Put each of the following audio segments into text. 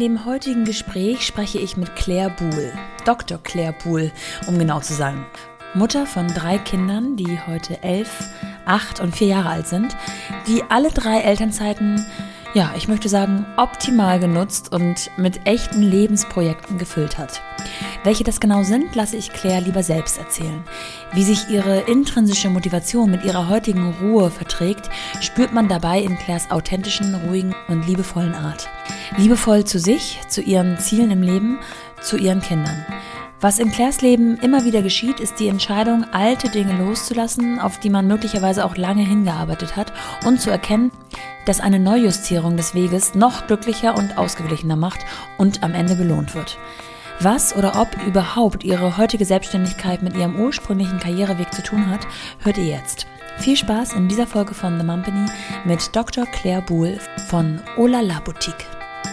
dem heutigen Gespräch spreche ich mit Claire Buhl, Dr. Claire Buhl, um genau zu sein. Mutter von 3 Kindern, die heute 11, 8 und 4 Jahre alt sind, die alle 3 Elternzeiten, ja, ich möchte sagen, optimal genutzt und mit echten Lebensprojekten gefüllt hat. Welche das genau sind, lasse ich Claire lieber selbst erzählen. Wie sich ihre intrinsische Motivation mit ihrer heutigen Ruhe verträgt, spürt man dabei in Claires authentischen, ruhigen und liebevollen Art. Liebevoll zu sich, zu ihren Zielen im Leben, zu ihren Kindern. Was in Claires Leben immer wieder geschieht, ist die Entscheidung, alte Dinge loszulassen, auf die man möglicherweise auch lange hingearbeitet hat, und zu erkennen, dass eine Neujustierung des Weges noch glücklicher und ausgeglichener macht und am Ende belohnt wird. Was oder ob überhaupt ihre heutige Selbstständigkeit mit ihrem ursprünglichen Karriereweg zu tun hat, hört ihr jetzt. Viel Spaß in dieser Folge von The Mumpany mit Dr. Claire Buhl von Oh La La Boutique.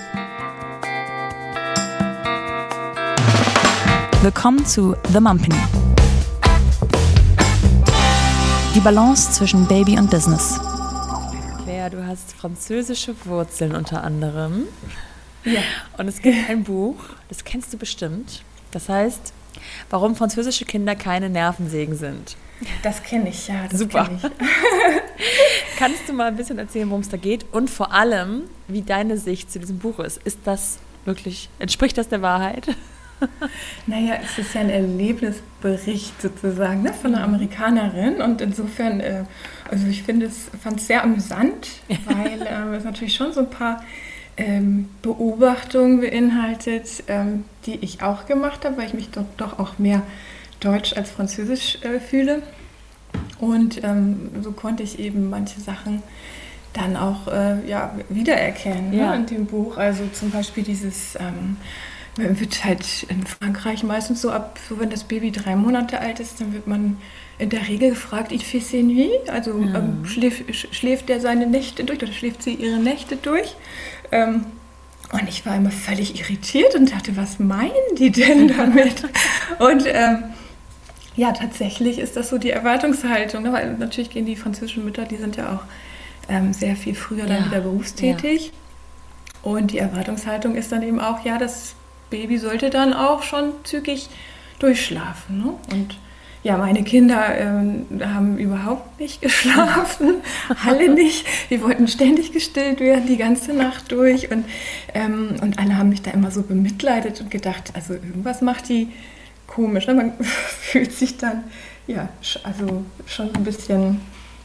Willkommen zu The Mumpany. Die Balance zwischen Baby und Business. Claire, du hast französische Wurzeln unter anderem. Ja. Und es gibt ein Buch, das kennst du bestimmt. Das heißt, warum französische Kinder keine Nervensägen sind. Das kenne ich, ja. Das Super. Kenn ich. Kannst du mal ein bisschen erzählen, worum es da geht? Und vor allem, wie deine Sicht zu diesem Buch ist. Ist das wirklich, entspricht das der Wahrheit? Naja, es ist ja ein Erlebnisbericht sozusagen, ne, von einer Amerikanerin, und insofern, also ich fand es sehr amüsant, weil es natürlich schon so ein paar Beobachtungen beinhaltet, die ich auch gemacht habe, weil ich mich doch auch mehr deutsch als französisch fühle, und so konnte ich eben manche Sachen dann auch wiedererkennen, ja, ne, in dem Buch. Also zum Beispiel dieses wird halt in Frankreich meistens so wenn das Baby 3 Monate alt ist, dann wird man in der Regel gefragt, il fait ses nuits, also schläft der seine Nächte durch oder schläft sie ihre Nächte durch? Und ich war immer völlig irritiert und dachte, was meinen die denn damit? Und ja, tatsächlich ist das so die Erwartungshaltung, ne? Weil natürlich gehen die französischen Mütter, die sind ja auch sehr viel früher dann wieder berufstätig. Ja. Und die Erwartungshaltung ist dann eben auch, ja, das Baby sollte dann auch schon zügig durchschlafen. Ne? Und ja, meine Kinder haben überhaupt nicht geschlafen, alle nicht. Die wollten ständig gestillt werden, die ganze Nacht durch. Und alle haben mich da immer so bemitleidet und gedacht, also irgendwas macht die komisch. Ne? Man fühlt sich dann, ja, also schon ein bisschen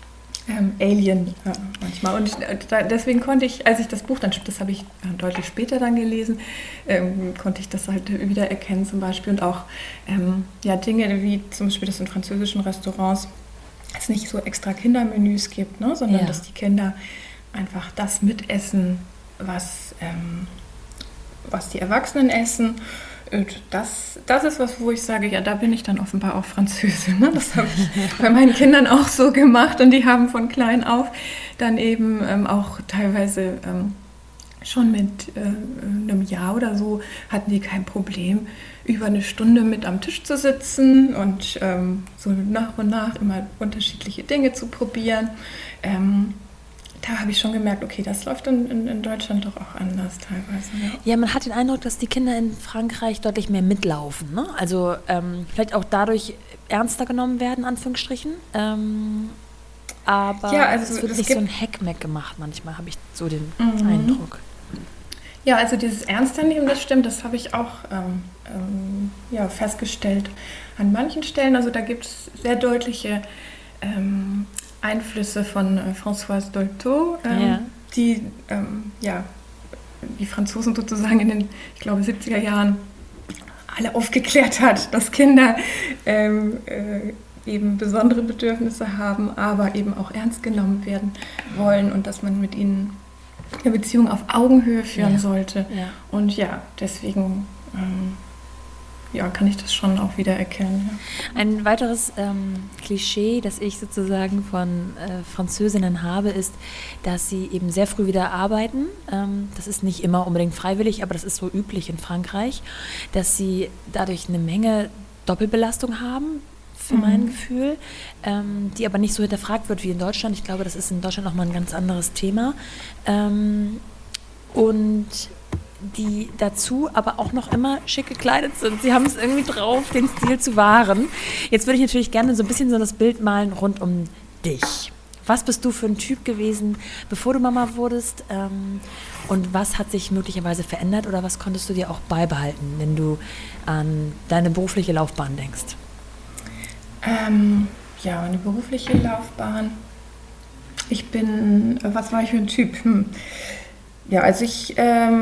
Alien manchmal. Und deswegen konnte ich, als ich das Buch dann, das habe ich deutlich später dann gelesen, konnte ich das halt wieder erkennen zum Beispiel. Und auch Dinge wie zum Beispiel, dass in französischen Restaurants es nicht so extra Kindermenüs gibt, ne, sondern dass die Kinder einfach das mitessen, was die Erwachsenen essen. Und das ist was, wo ich sage, ja, da bin ich dann offenbar auch Französin. Ne? Das habe ich bei meinen Kindern auch so gemacht, und die haben von klein auf dann eben auch teilweise schon mit einem Jahr oder so hatten die kein Problem, über eine Stunde mit am Tisch zu sitzen und so nach und nach immer unterschiedliche Dinge zu probieren. Da habe ich schon gemerkt, okay, das läuft in Deutschland doch auch anders teilweise. Ja, man hat den Eindruck, dass die Kinder in Frankreich deutlich mehr mitlaufen. Ne? Also vielleicht auch dadurch ernster genommen werden, Anführungsstrichen. Aber ja, also es wird nicht so ein Heckmeck gemacht manchmal, habe ich so den Eindruck. Ja, also dieses Ernsternehmen, das stimmt, das habe ich auch festgestellt an manchen Stellen. Also da gibt es sehr deutliche Einflüsse von Françoise Dolto, die die Franzosen sozusagen in den, ich glaube, 70er Jahren alle aufgeklärt hat, dass Kinder eben besondere Bedürfnisse haben, aber eben auch ernst genommen werden wollen und dass man mit ihnen eine Beziehung auf Augenhöhe führen sollte. Ja. Und ja, deswegen kann ich das schon auch wieder erkennen. Ja. Ein weiteres Klischee, das ich sozusagen von Französinnen habe, ist, dass sie eben sehr früh wieder arbeiten. Das ist nicht immer unbedingt freiwillig, aber das ist so üblich in Frankreich, dass sie dadurch eine Menge Doppelbelastung haben, für mein Gefühl, die aber nicht so hinterfragt wird wie in Deutschland. Ich glaube, das ist in Deutschland nochmal ein ganz anderes Thema. Und die dazu aber auch noch immer schick gekleidet sind. Sie haben es irgendwie drauf, den Stil zu wahren. Jetzt würde ich natürlich gerne so ein bisschen so das Bild malen rund um dich. Was bist du für ein Typ gewesen, bevor du Mama wurdest? Und was hat sich möglicherweise verändert oder was konntest du dir auch beibehalten, wenn du an deine berufliche Laufbahn denkst? Eine berufliche Laufbahn. Was war ich für ein Typ? Ja, also ich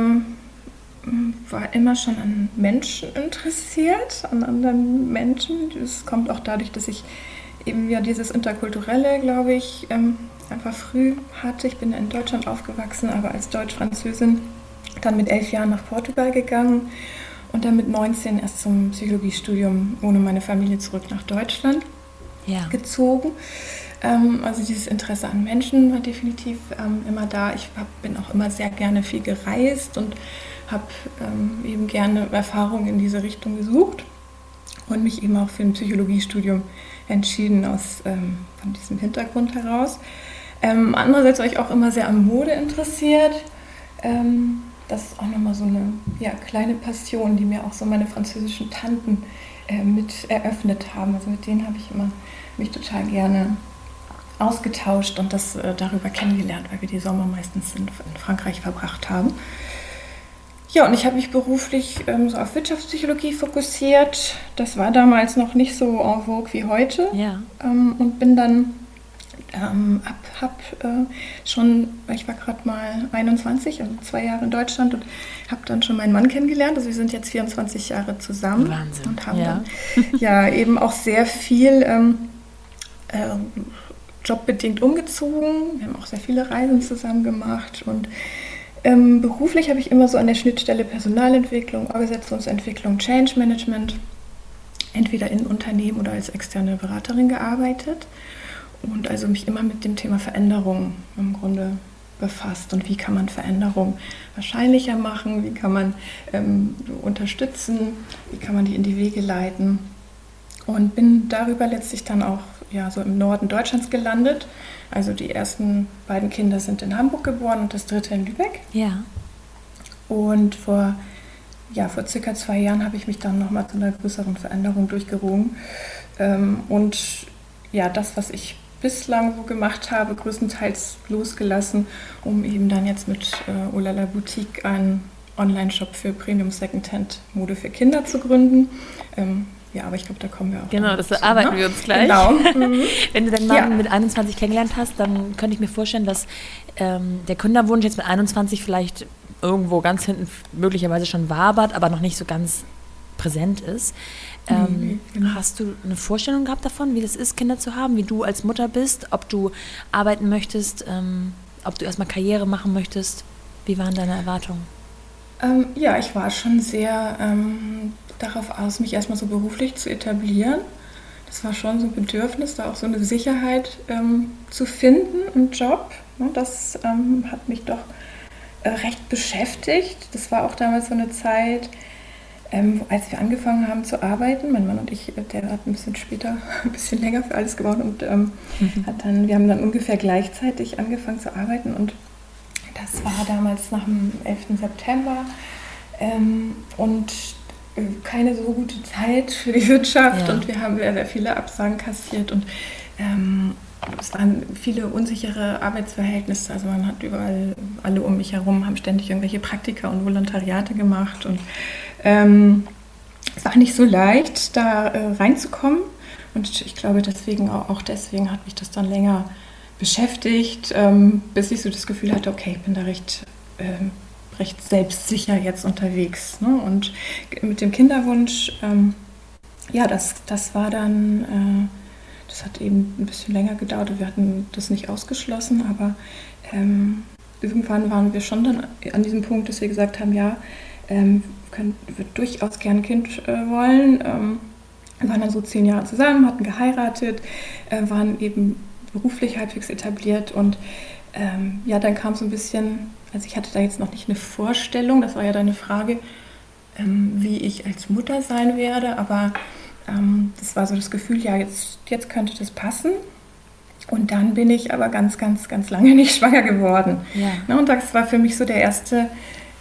war immer schon an Menschen interessiert, an anderen Menschen. Das kommt auch dadurch, dass ich eben ja dieses Interkulturelle, glaube ich, einfach früh hatte. Ich bin in Deutschland aufgewachsen, aber als Deutsch-Französin dann mit 11 Jahren nach Portugal gegangen und dann mit 19 erst zum Psychologiestudium ohne meine Familie zurück nach Deutschland gezogen. Also dieses Interesse an Menschen war definitiv immer da. Ich bin auch immer sehr gerne viel gereist und habe eben gerne Erfahrungen in diese Richtung gesucht und mich eben auch für ein Psychologiestudium entschieden von diesem Hintergrund heraus. Andererseits war ich auch immer sehr an Mode interessiert. Das ist auch nochmal so eine kleine Passion, die mir auch so meine französischen Tanten mit eröffnet haben. Also mit denen habe ich immer mich total gerne ausgetauscht und das darüber kennengelernt, weil wir die Sommer meistens in Frankreich verbracht haben. Ja, und ich habe mich beruflich so auf Wirtschaftspsychologie fokussiert. Das war damals noch nicht so en vogue wie heute. Ja. Und bin dann ich war gerade mal 21, also 2 Jahre in Deutschland und habe dann schon meinen Mann kennengelernt. Also wir sind jetzt 24 Jahre zusammen. Wahnsinn. Und haben dann eben auch sehr viel jobbedingt umgezogen. Wir haben auch sehr viele Reisen zusammen gemacht und beruflich habe ich immer so an der Schnittstelle Personalentwicklung, Organisationsentwicklung, Change Management, entweder in Unternehmen oder als externe Beraterin gearbeitet und also mich immer mit dem Thema Veränderung im Grunde befasst und wie kann man Veränderung wahrscheinlicher machen, wie kann man unterstützen, wie kann man die in die Wege leiten und bin darüber letztlich dann auch so im Norden Deutschlands gelandet. Also die ersten beiden Kinder sind in Hamburg geboren und das dritte in Lübeck. Ja. Und vor circa 2 Jahren habe ich mich dann nochmal zu einer größeren Veränderung durchgerungen. Und das, was ich bislang so gemacht habe, größtenteils losgelassen, um eben dann jetzt mit Olala Boutique einen Online-Shop für Premium Secondhand Mode für Kinder zu gründen. Aber ich glaube, da kommen wir auch. Genau, das arbeiten wir uns gleich. Genau. Wenn du deinen Mann mit 21 kennengelernt hast, dann könnte ich mir vorstellen, dass der Kinderwunsch jetzt mit 21 vielleicht irgendwo ganz hinten möglicherweise schon wabert, aber noch nicht so ganz präsent ist. Genau. Hast du eine Vorstellung gehabt davon, wie das ist, Kinder zu haben, wie du als Mutter bist, ob du arbeiten möchtest, ob du erstmal Karriere machen möchtest? Wie waren deine Erwartungen? Ich war schon sehr darauf aus, mich erstmal so beruflich zu etablieren. Das war schon so ein Bedürfnis, da auch so eine Sicherheit zu finden im Job. Das hat mich doch recht beschäftigt. Das war auch damals so eine Zeit, als wir angefangen haben zu arbeiten. Mein Mann und ich, der hat ein bisschen später, ein bisschen länger für alles gebraucht und wir haben dann ungefähr gleichzeitig angefangen zu arbeiten und das war damals nach dem 11. September und keine so gute Zeit für die Wirtschaft und wir haben sehr, sehr viele Absagen kassiert und es waren viele unsichere Arbeitsverhältnisse, also man hat überall, alle um mich herum haben ständig irgendwelche Praktika und Volontariate gemacht und es war nicht so leicht, da reinzukommen und ich glaube auch deswegen hat mich das dann länger beschäftigt, bis ich so das Gefühl hatte, okay, ich bin da recht selbstsicher jetzt unterwegs. Ne? Und mit dem Kinderwunsch, das war dann, das hat eben ein bisschen länger gedauert und wir hatten das nicht ausgeschlossen, aber irgendwann waren wir schon dann an diesem Punkt, dass wir gesagt haben, wir durchaus gern ein Kind wollen. Wir waren dann so 10 Jahre zusammen, hatten geheiratet, waren eben beruflich halbwegs etabliert und dann kam so ein bisschen, also ich hatte da jetzt noch nicht eine Vorstellung, das war ja deine Frage, wie ich als Mutter sein werde, aber das war so das Gefühl, jetzt könnte das passen und dann bin ich aber ganz, ganz, ganz lange nicht schwanger geworden. Ja. Und das war für mich so der erste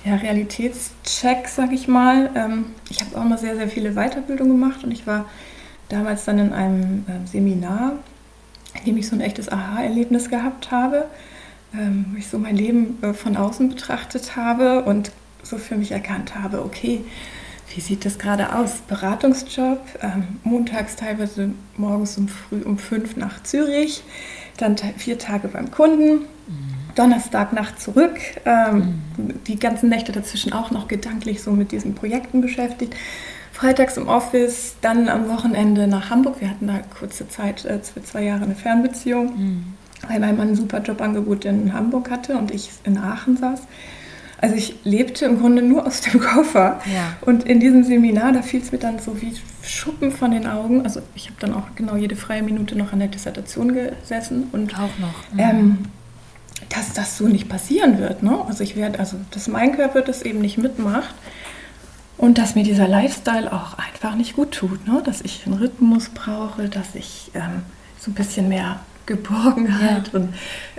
Realitätscheck, sag ich mal. Ich habe auch mal sehr, sehr viele Weiterbildungen gemacht und ich war damals dann in einem Seminar, in dem ich so ein echtes Aha-Erlebnis gehabt habe, wo ich so mein Leben von außen betrachtet habe und so für mich erkannt habe, okay, wie sieht das gerade aus? Beratungsjob, montags teilweise morgens früh um 5 nach Zürich, dann 4 Tage beim Kunden, Donnerstag Nacht zurück, die ganzen Nächte dazwischen auch noch gedanklich so mit diesen Projekten beschäftigt. Freitags im Office, dann am Wochenende nach Hamburg. Wir hatten da kurze Zeit, für 2 Jahre eine Fernbeziehung, weil mein Mann ein super Jobangebot in Hamburg hatte und ich in Aachen saß. Also ich lebte im Grunde nur aus dem Koffer. Ja. Und in diesem Seminar, da fiel es mir dann so wie Schuppen von den Augen. Also ich habe dann auch genau jede freie Minute noch an der Dissertation gesessen. Und auch noch. Dass das so nicht passieren wird. Ne? Also dass mein Körper das eben nicht mitmacht. Und dass mir dieser Lifestyle auch einfach nicht gut tut. Ne? Dass ich einen Rhythmus brauche, dass ich so ein bisschen mehr Geborgenheit und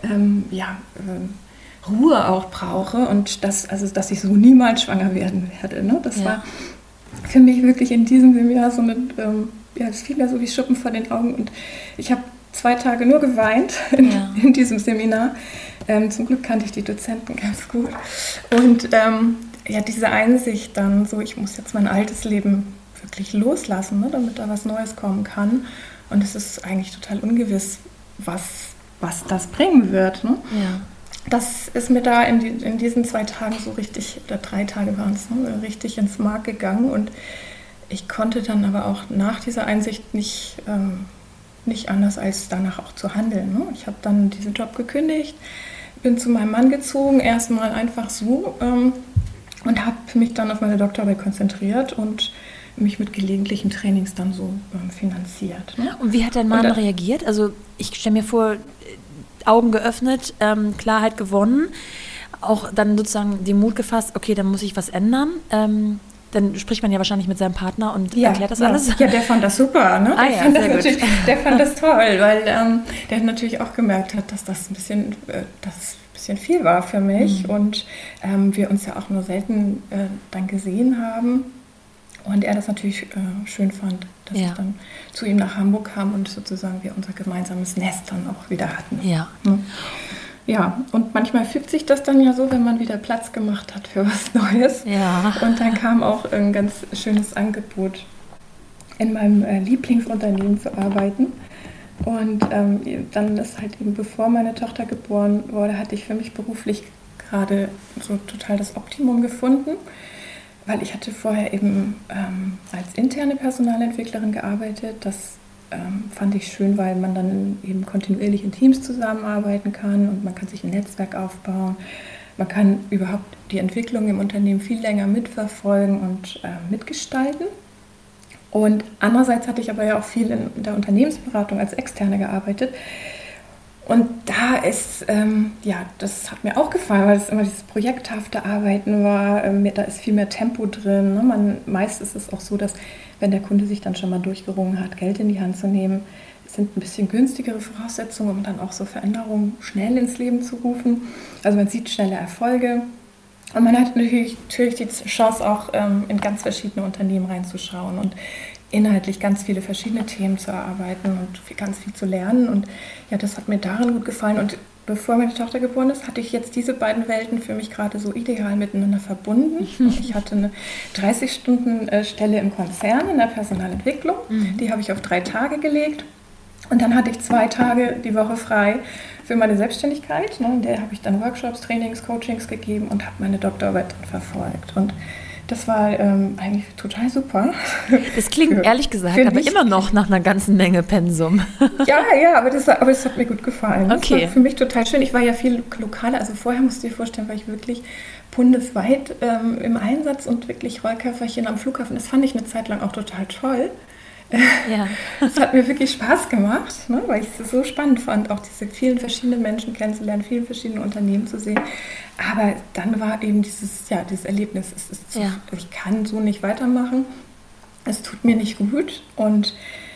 Ruhe auch brauche und dass ich so niemals schwanger werden werde. Ne? Das war für mich wirklich in diesem Seminar so eine, es fiel mir so wie Schuppen vor den Augen und ich habe 2 Tage nur geweint in diesem Seminar. Zum Glück kannte ich die Dozenten ganz gut. Und diese Einsicht dann so, ich muss jetzt mein altes Leben wirklich loslassen, ne, damit da was Neues kommen kann. Und es ist eigentlich total ungewiss, was das bringen wird. Ne? Ja. Das ist mir da in diesen 2 Tagen so richtig, oder 3 Tage waren es, ne, richtig ins Mark gegangen. Und ich konnte dann aber auch nach dieser Einsicht nicht anders als danach auch zu handeln. Ne? Ich habe dann diesen Job gekündigt, bin zu meinem Mann gezogen, erstmal einfach so und habe mich dann auf meine Doktorarbeit konzentriert und mich mit gelegentlichen Trainings dann so finanziert. Ne? Und wie hat dein Mann reagiert? Also ich stelle mir vor, Augen geöffnet, Klarheit gewonnen, auch dann sozusagen den Mut gefasst, okay, dann muss ich was ändern. Dann spricht man ja wahrscheinlich mit seinem Partner und erklärt das alles. Ja, der fand das super. Ne? Der fand das toll, weil der natürlich auch gemerkt hat, dass das ein bisschen viel war für mich und wir uns ja auch nur selten dann gesehen haben. Und er das natürlich schön fand, dass ich dann zu ihm nach Hamburg kam und sozusagen wir unser gemeinsames Nest dann auch wieder hatten. Ja. Ja, und manchmal fügt sich das dann ja so, wenn man wieder Platz gemacht hat für was Neues. Ja. Und dann kam auch ein ganz schönes Angebot, in meinem Lieblingsunternehmen zu arbeiten. Und dann ist halt eben, bevor meine Tochter geboren wurde, hatte ich für mich beruflich gerade so total das Optimum gefunden. Weil ich hatte vorher eben als interne Personalentwicklerin gearbeitet. Das fand ich schön, weil man dann eben kontinuierlich in Teams zusammenarbeiten kann und man kann sich ein Netzwerk aufbauen. Man kann überhaupt die Entwicklung im Unternehmen viel länger mitverfolgen und mitgestalten. Und andererseits hatte ich aber ja auch viel in der Unternehmensberatung als Externe gearbeitet. Und da ist, das hat mir auch gefallen, weil es immer dieses projekthafte Arbeiten war, da ist viel mehr Tempo drin. Ne? Meist ist es auch so, dass wenn der Kunde sich dann schon mal durchgerungen hat, Geld in die Hand zu nehmen, sind ein bisschen günstigere Voraussetzungen, um dann auch so Veränderungen schnell ins Leben zu rufen. Also man sieht schnelle Erfolge und man hat natürlich die Chance auch in ganz verschiedene Unternehmen reinzuschauen und inhaltlich ganz viele verschiedene Themen zu erarbeiten und ganz viel zu lernen. Und ja, das hat mir darin gut gefallen. Und bevor meine Tochter geboren ist, hatte ich jetzt diese beiden Welten für mich gerade so ideal miteinander verbunden. Ich hatte eine 30-Stunden-Stelle im Konzern in der Personalentwicklung. Die habe ich auf 3 Tage gelegt. Und dann hatte ich 2 Tage die Woche frei für meine Selbstständigkeit. In der habe ich dann Workshops, Trainings, Coachings gegeben und habe meine Doktorarbeit dann verfolgt. Und das war eigentlich total super. Das klingt ehrlich gesagt aber immer noch nach einer ganzen Menge Pensum. Ja, aber das hat mir gut gefallen. Okay. Das war für mich total schön. Ich war ja viel lokaler, also vorher musst du dir vorstellen, war ich wirklich bundesweit im Einsatz und wirklich Rollköfferchen am Flughafen. Das fand ich eine Zeit lang auch total toll. Ja. Das hat mir wirklich Spaß gemacht, ne, weil ich es so spannend fand, auch diese vielen verschiedenen Menschen kennenzulernen, viele verschiedene Unternehmen zu sehen. Aber dann war eben dieses Erlebnis, ich kann so nicht weitermachen, es tut mir nicht gut und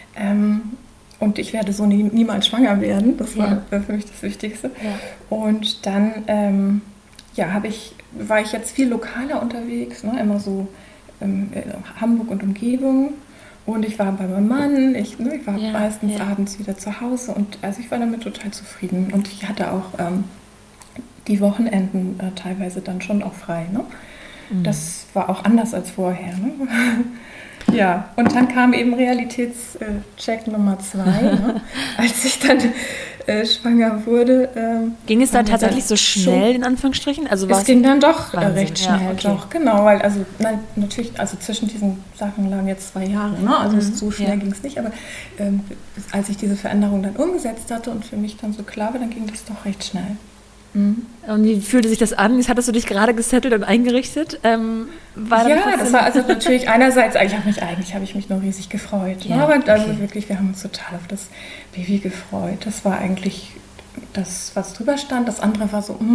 ich werde so niemals schwanger werden. Das war für mich das Wichtigste. Ja. Und dann habe ich war ich jetzt viel lokaler unterwegs, ne? Immer so Hamburg und Umgebung. Und ich war bei meinem Mann, ich war meistens abends wieder zu Hause und also ich war damit total zufrieden. Und ich hatte auch die Wochenenden teilweise dann schon auch frei. Ne? Das war auch anders als vorher. Ne? Ja, und dann kam eben Realitätscheck Nummer 2, ne? Als ich dann schwanger wurde. Ging es dann tatsächlich so schnell, in Anführungsstrichen? Also es ging dann doch Wahnsinn. Recht schnell, doch, genau, weil natürlich, also zwischen diesen Sachen lagen jetzt 2 Jahre, ne? Also so schnell ging es nicht, aber als ich diese Veränderung dann umgesetzt hatte und für mich dann so klar war, dann ging das doch recht schnell. Und wie fühlte sich das an? Jetzt hattest du dich gerade gesettelt und eingerichtet. Das war also natürlich einerseits, eigentlich habe ich mich nur riesig gefreut. Ja, aber also wirklich, wir haben uns total auf das Baby gefreut. Das war eigentlich das, was drüber stand. Das andere war so,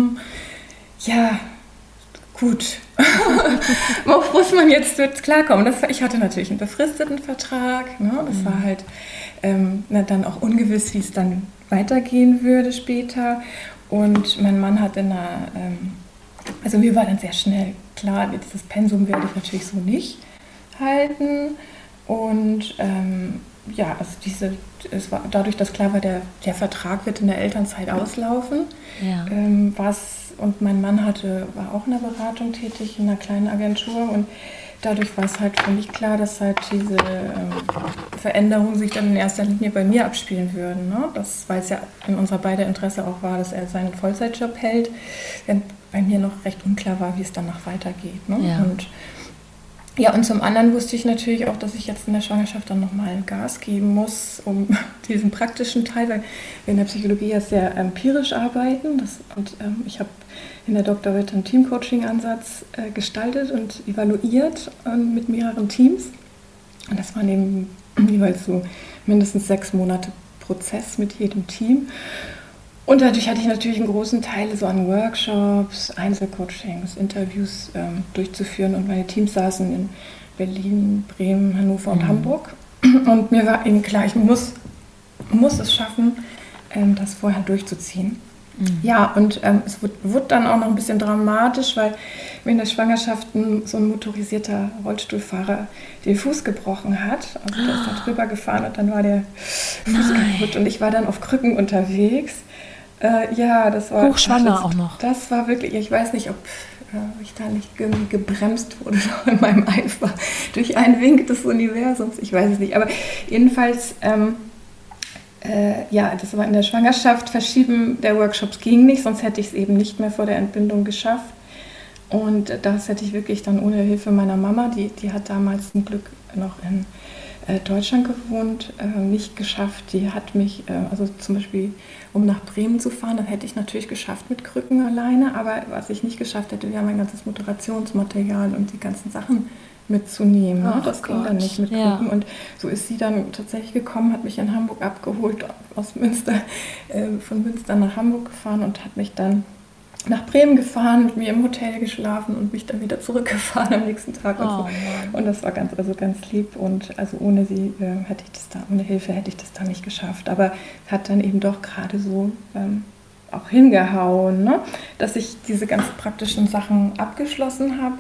gut. Muss man jetzt klarkommen. Ich hatte natürlich einen befristeten Vertrag. Ne? Das war halt dann auch ungewiss, wie es dann weitergehen würde später. Und mein Mann hat also mir war dann sehr schnell klar, dieses Pensum werde ich natürlich so nicht halten. Und also es war dadurch, dass klar war, der Vertrag wird in der Elternzeit auslaufen. Ja. Und mein Mann war auch in der Beratung tätig, in einer kleinen Agentur. Und dadurch war es halt für mich klar, dass halt diese Veränderungen sich dann in erster Linie bei mir abspielen würden. Ne? Weil es ja in unser beider Interesse auch war, dass er seinen Vollzeitjob hält, während bei mir noch recht unklar war, wie es danach weitergeht. Ne? Ja. Und zum anderen wusste ich natürlich auch, dass ich jetzt in der Schwangerschaft dann nochmal Gas geben muss, um diesen praktischen Teil, weil wir in der Psychologie ja sehr empirisch arbeiten. Ich habe in der Doktorarbeit einen Teamcoaching-Ansatz gestaltet und evaluiert mit mehreren Teams. Und das waren eben jeweils so mindestens 6 Monate Prozess mit jedem Team. Und dadurch hatte ich natürlich einen großen Teil so an Workshops, Einzelcoachings, Interviews durchzuführen. Und meine Teams saßen in Berlin, Bremen, Hannover und Hamburg. Und mir war eben klar, ich muss es schaffen, das vorher durchzuziehen. Ja, und es wurde dann auch noch ein bisschen dramatisch, weil mir in der Schwangerschaft so ein motorisierter Rollstuhlfahrer den Fuß gebrochen hat. Also der ist da drüber gefahren und dann war der Fuß kaputt und ich war dann auf Krücken unterwegs. Das war... Hochschwanger auch noch. Das war wirklich, ich weiß nicht, ob ich da nicht irgendwie gebremst wurde in meinem Eifer durch einen Wink des Universums, ich weiß es nicht. Aber jedenfalls... das war in der Schwangerschaft. Verschieben der Workshops ging nicht, sonst hätte ich es eben nicht mehr vor der Entbindung geschafft. Und das hätte ich wirklich dann ohne Hilfe meiner Mama, die hat damals zum Glück noch in Deutschland gewohnt, nicht geschafft. Die hat mich, also zum Beispiel, um nach Bremen zu fahren, das hätte ich natürlich geschafft mit Krücken alleine, aber was ich nicht geschafft hätte, wäre mein ganzes Moderationsmaterial und die ganzen Sachen mitzunehmen. Ne? Das ging dann nicht mit Krücken. Und so ist sie dann tatsächlich gekommen, hat mich in Hamburg abgeholt, aus Münster, von Münster nach Hamburg gefahren und hat mich dann nach Bremen gefahren, mit mir im Hotel geschlafen und mich dann wieder zurückgefahren am nächsten Tag. Und das war ganz lieb. Und also ohne sie ohne Hilfe hätte ich das da nicht geschafft. Aber hat dann eben doch gerade so auch hingehauen, ne? Dass ich diese ganzen praktischen Sachen abgeschlossen habe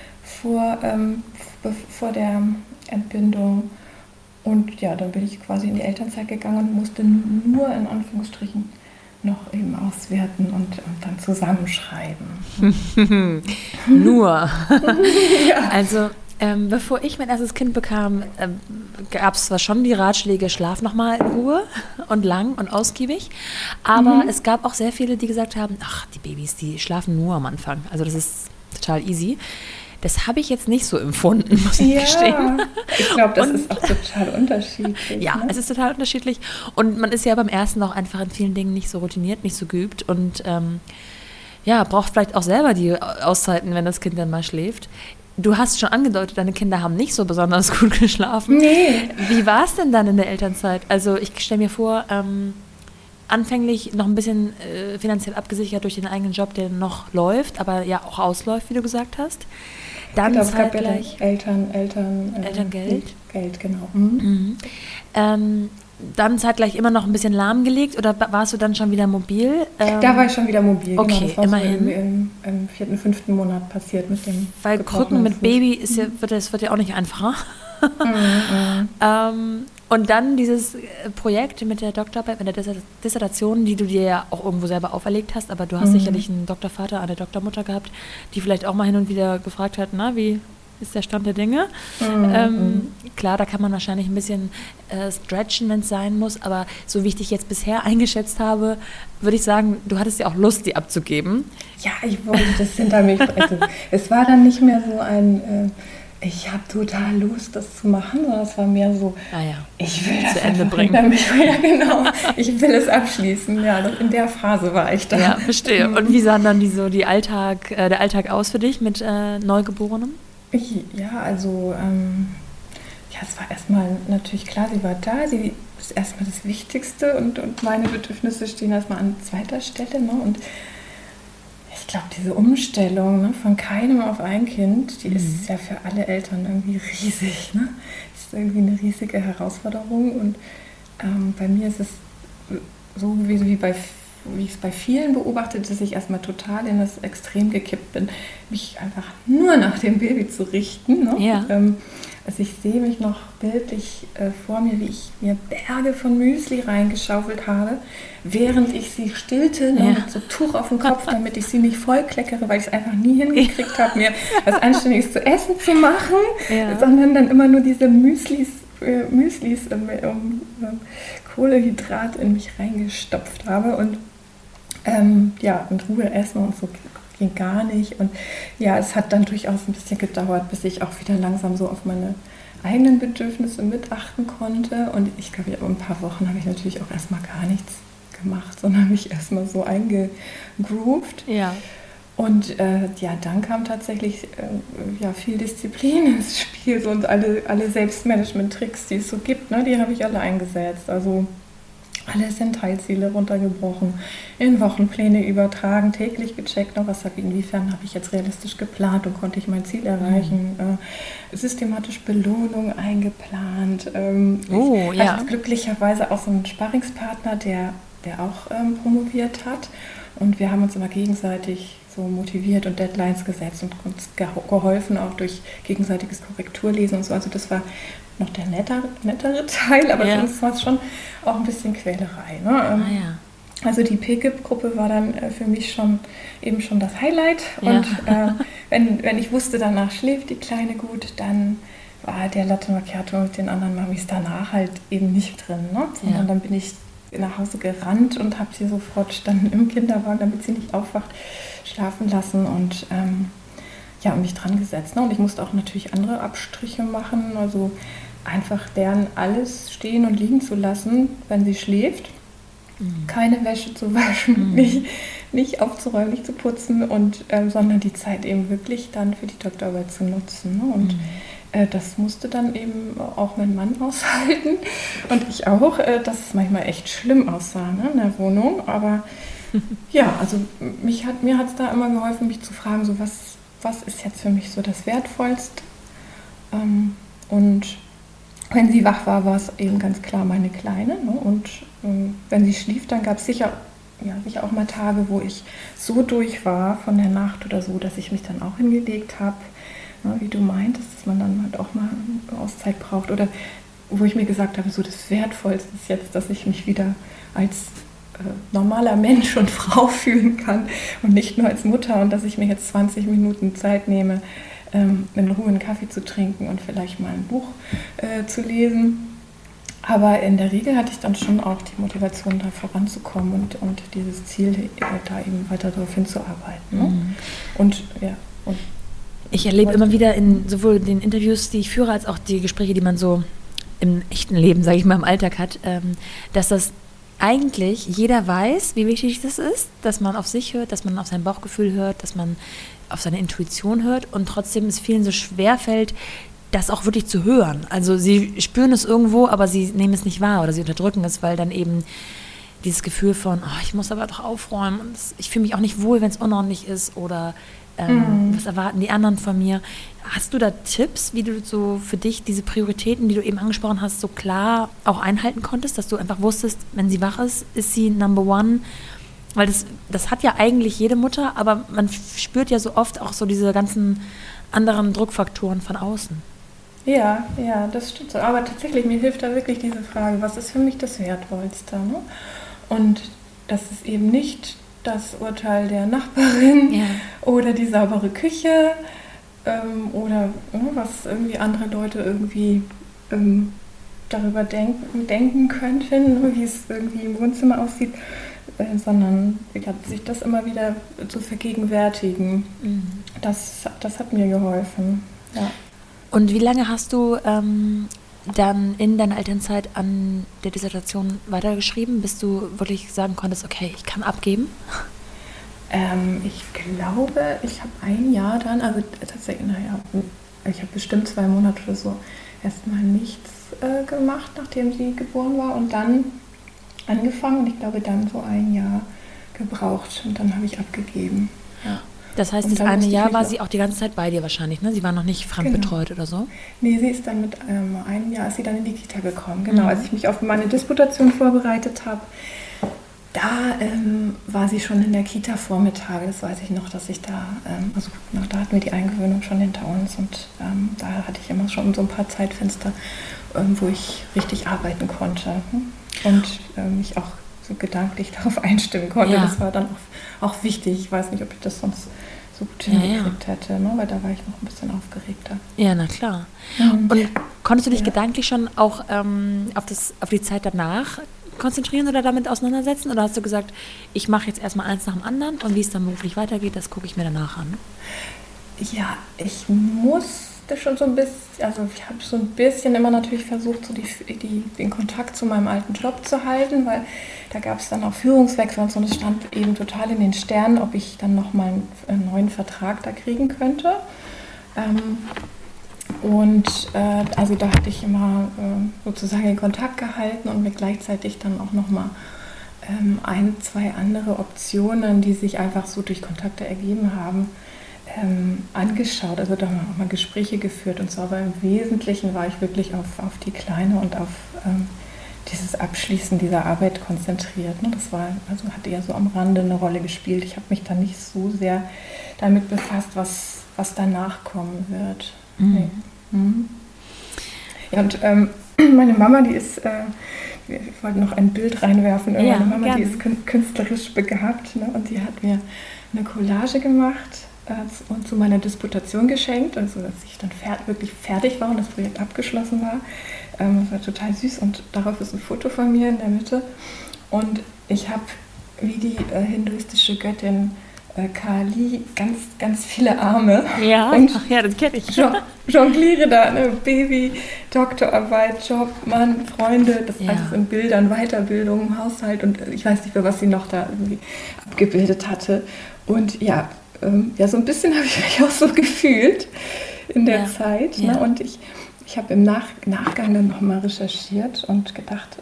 vor der Entbindung. Und ja, dann bin ich quasi in die Elternzeit gegangen und musste nur in Anführungsstrichen noch eben auswerten und dann zusammenschreiben. Nur. Ja. Also, bevor ich mein erstes Kind bekam, gab es zwar schon die Ratschläge, schlaf nochmal in Ruhe und lang und ausgiebig, aber es gab auch sehr viele, die gesagt haben, ach, die Babys, die schlafen nur am Anfang. Also das ist total easy. Das habe ich jetzt nicht so empfunden, muss ich gestehen. Ich glaube, das ist auch total unterschiedlich. Ja, ne? Es ist total unterschiedlich. Und man ist ja beim ersten auch einfach in vielen Dingen nicht so routiniert, nicht so geübt und braucht vielleicht auch selber die Auszeiten, wenn das Kind dann mal schläft. Du hast schon angedeutet, deine Kinder haben nicht so besonders gut geschlafen. Nee. Wie war es denn dann in der Elternzeit? Also ich stelle mir vor, anfänglich noch ein bisschen finanziell abgesichert durch den eigenen Job, der noch läuft, aber ja auch ausläuft, wie du gesagt hast. Dann es gab ja gleich Elterngeld. Elterngeld. Geld, genau. dann zeitgleich immer noch ein bisschen lahmgelegt oder warst du dann schon wieder mobil? Da war ich schon wieder mobil. Okay, genau, das war immerhin. So im 4., 5. Monat passiert mit dem. Weil Krücken mit Baby ist wird ja auch nicht einfacher. Und dann dieses Projekt mit der Doktorarbeit, mit der Dissertation, die du dir ja auch irgendwo selber auferlegt hast, aber du hast sicherlich einen Doktorvater, eine Doktormutter gehabt, die vielleicht auch mal hin und wieder gefragt hat, na, wie ist der Stand der Dinge? Klar, da kann man wahrscheinlich ein bisschen stretchen, wenn es sein muss, aber so wie ich dich jetzt bisher eingeschätzt habe, würde ich sagen, du hattest ja auch Lust, die abzugeben. Ja, ich wollte das hinter mich brechen. Es war dann nicht mehr so ein... ich habe total Lust, das zu machen, sondern es war mehr so, ich will das zu Ende bringen. Ja, genau. Ich will es abschließen. Ja, in der Phase war ich da. Ja, verstehe. Und wie sah dann der Alltag aus für dich mit Neugeborenem? Ja, also, es war erstmal natürlich klar, sie war da, sie ist erstmal das Wichtigste und meine Bedürfnisse stehen erstmal an zweiter Stelle, ne? Und ich glaube, diese Umstellung, ne, von keinem auf ein Kind, die ist ja für alle Eltern irgendwie riesig. Ne? Das ist irgendwie eine riesige Herausforderung. Und bei mir ist es so gewesen, wie ich es bei vielen beobachte, dass ich erstmal total in das Extrem gekippt bin, mich einfach nur nach dem Baby zu richten. Ne? Ja. Also ich sehe mich noch bildlich vor mir, wie ich mir Berge von Müsli reingeschaufelt habe, während ich sie stillte, ne, mit so Tuch auf dem Kopf, damit ich sie nicht vollkleckere, weil ich es einfach nie hingekriegt habe, mir was Anständiges zu essen zu machen, sondern dann immer nur diese Müslis Kohlehydrat in mich reingestopft habe und in Ruhe essen und so ging gar nicht. Und ja, es hat dann durchaus ein bisschen gedauert, bis ich auch wieder langsam so auf meine eigenen Bedürfnisse mitachten konnte. Und ich glaube, ein paar Wochen habe ich natürlich auch erstmal gar nichts gemacht, sondern mich erstmal so eingegroovt. Ja. Und dann kam tatsächlich viel Disziplin ins Spiel so, und alle Selbstmanagement-Tricks, die es so gibt, ne, die habe ich alle eingesetzt. Also alles in Teilziele runtergebrochen, in Wochenpläne übertragen, täglich gecheckt, inwiefern habe ich jetzt realistisch geplant und konnte ich mein Ziel erreichen, systematisch Belohnung eingeplant. Ich hatte glücklicherweise auch so einen Sparringspartner, der auch promoviert hat, und wir haben uns immer gegenseitig so motiviert und Deadlines gesetzt und uns geholfen, auch durch gegenseitiges Korrekturlesen und so. Also das war noch der nettere Teil, aber sonst war es schon auch ein bisschen Quälerei. Ne? Also die PGIP-Gruppe war dann für mich schon das Highlight. Ja. Und wenn ich wusste, danach schläft die Kleine gut, dann war der Latte Macchiato mit den anderen Mamis danach halt eben nicht drin. Ne? Sondern dann bin ich nach Hause gerannt und habe sie sofort standen im Kinderwagen, damit sie nicht aufwacht, schlafen lassen und mich dran gesetzt. Ne? Und ich musste auch natürlich andere Abstriche machen, also einfach lernen, alles stehen und liegen zu lassen, wenn sie schläft. Keine Wäsche zu waschen, nicht aufzuräumen, nicht zu putzen, und sondern die Zeit eben wirklich dann für die Doktorarbeit zu nutzen. Ne? Und das musste dann eben auch mein Mann aushalten und ich auch, dass es manchmal echt schlimm aussah, ne, in der Wohnung. Aber also mir hat es da immer geholfen, mich zu fragen, so was ist jetzt für mich so das Wertvollste. Und wenn sie wach war, war es eben ganz klar meine Kleine. Ne? Und wenn sie schlief, dann gab es sicher auch mal Tage, wo ich so durch war von der Nacht oder so, dass ich mich dann auch hingelegt habe, wie du meintest, dass man dann halt auch mal eine Auszeit braucht. Oder wo ich mir gesagt habe, so das Wertvollste ist jetzt, dass ich mich wieder als normaler Mensch und Frau fühlen kann und nicht nur als Mutter, und dass ich mir jetzt 20 Minuten Zeit nehme, in Ruhe einen Kaffee zu trinken und vielleicht mal ein Buch zu lesen. Aber in der Regel hatte ich dann schon auch die Motivation, da voranzukommen und dieses Ziel, da eben weiter darauf hinzuarbeiten. Ne? Und ich erlebe immer wieder in sowohl den Interviews, die ich führe, als auch die Gespräche, die man so im echten Leben, sage ich mal, im Alltag hat, dass das eigentlich jeder weiß, wie wichtig das ist, dass man auf sich hört, dass man auf sein Bauchgefühl hört, dass man auf seine Intuition hört, und trotzdem es vielen so schwer fällt, das auch wirklich zu hören. Also sie spüren es irgendwo, aber sie nehmen es nicht wahr oder sie unterdrücken es, weil dann eben dieses Gefühl von, ich muss aber doch aufräumen und ich fühle mich auch nicht wohl, wenn es unordentlich ist, oder Was erwarten die anderen von mir? Hast du da Tipps, wie du so für dich diese Prioritäten, die du eben angesprochen hast, so klar auch einhalten konntest, dass du einfach wusstest, wenn sie wach ist sie Number One? Weil das hat ja eigentlich jede Mutter, aber man spürt ja so oft auch so diese ganzen anderen Druckfaktoren von außen. Ja, das stimmt so. Aber tatsächlich, mir hilft da wirklich diese Frage, was ist für mich das Wertvollste? Ne? Und das ist eben nicht das Urteil der Nachbarin oder die saubere Küche oder was irgendwie andere Leute irgendwie darüber denken könnten, wie es irgendwie im Wohnzimmer aussieht, sondern sich das immer wieder zu vergegenwärtigen. Das hat mir geholfen. Ja. Und wie lange hast du dann in deiner Elternzeit an der Dissertation weitergeschrieben, bis du wirklich sagen konntest, okay, ich kann abgeben? Ich glaube, ich habe ein Jahr dann, also tatsächlich, ich habe bestimmt 2 Monate oder so erstmal nichts gemacht, nachdem sie geboren war und dann angefangen und ich glaube dann so ein Jahr gebraucht und dann habe ich abgegeben. Ja. Das heißt, das eine Jahr war sie auch die ganze Zeit bei dir wahrscheinlich, ne? Sie war noch nicht fremdbetreut oder so? Nee, sie ist dann mit einem Jahr ist sie dann in die Kita gekommen. Genau, als ich mich auf meine Disputation vorbereitet habe, da war sie schon in der Kita Vormittage. Das weiß ich noch, dass ich da, da hatten wir die Eingewöhnung schon hinter uns und da hatte ich immer schon so ein paar Zeitfenster, wo ich richtig arbeiten konnte und mich auch so gedanklich darauf einstimmen konnte. Ja. Das war dann auch wichtig. Ich weiß nicht, ob ich das sonst so gut hingekriegt hätte, ne? Weil da war ich noch ein bisschen aufgeregter. Ja, na klar. Und konntest du dich gedanklich schon auch auf die Zeit danach konzentrieren oder damit auseinandersetzen? Oder hast du gesagt, ich mache jetzt erstmal eins nach dem anderen und wie es dann beruflich weitergeht, das gucke ich mir danach an? Ja, ich musste schon so ein bisschen, also ich habe so ein bisschen immer natürlich versucht, so den Kontakt zu meinem alten Job zu halten, weil da gab es dann auch Führungswechsel und so, und es stand eben total in den Sternen, ob ich dann nochmal einen neuen Vertrag da kriegen könnte. Also da hatte ich immer sozusagen den Kontakt gehalten und mir gleichzeitig dann auch nochmal 1, 2 andere Optionen, die sich einfach so durch Kontakte ergeben haben, angeschaut. Also da haben wir auch mal Gespräche geführt und so, aber im Wesentlichen war ich wirklich auf die Kleine und auf dieses Abschließen dieser Arbeit konzentriert. Ne? Das hat eher so am Rande eine Rolle gespielt. Ich habe mich da nicht so sehr damit befasst, was danach kommen wird. Nee. Ja, und meine Mama, die ist, ich wollte noch ein Bild reinwerfen, meine Mama, gerne. Die ist künstlerisch begabt, ne? Und die hat mir eine Collage gemacht und zu meiner Disputation geschenkt, also dass ich dann wirklich fertig war und das Projekt abgeschlossen war. Das war total süß und darauf ist ein Foto von mir in der Mitte und ich habe wie die hinduistische Göttin Kali ganz, ganz viele Arme. Ja, und das kenne ich. Jongliere da, ne? Baby, Doktorarbeit, Job, Mann, Freunde, das alles in Bildern, Weiterbildung, Haushalt und ich weiß nicht mehr, was sie noch da irgendwie abgebildet hatte. Und so ein bisschen habe ich mich auch so gefühlt in der Zeit. Ne? Und ich habe im Nachgang dann nochmal recherchiert und gedacht,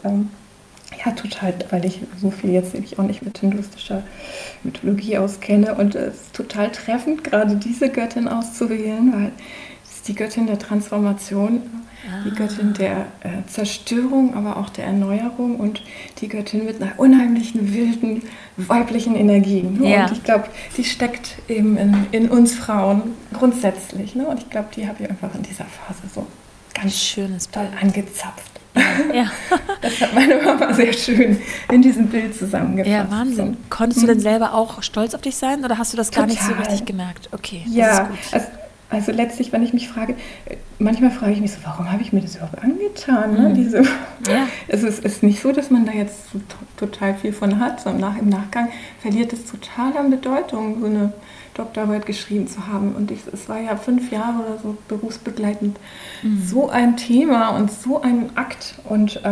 total, weil ich so viel jetzt nämlich auch nicht mit hinduistischer Mythologie auskenne und es ist total treffend, gerade diese Göttin auszuwählen, weil es ist die Göttin der Transformation, die Göttin der Zerstörung, aber auch der Erneuerung und die Göttin mit einer unheimlichen, wilden, weiblichen Energie. Ne? Ja. Und ich glaube, die steckt eben in uns Frauen grundsätzlich. Ne? Und ich glaube, die habe ich einfach in dieser Phase so ganz schönes toll angezapft. Ja. Das hat meine Mama sehr schön in diesem Bild zusammengefasst. Ja, Wahnsinn. Konntest du denn selber auch stolz auf dich sein oder hast du das gar nicht so richtig gemerkt? Okay, ja, das ist gut. Also letztlich, wenn ich mich frage, manchmal frage ich mich so, warum habe ich mir das überhaupt angetan? Ne? Es ist nicht so, dass man da jetzt so total viel von hat, sondern im Nachgang verliert es total an Bedeutung, so eine Doktorarbeit geschrieben zu haben. Und es war ja 5 Jahre oder so berufsbegleitend so ein Thema und so ein Akt. Und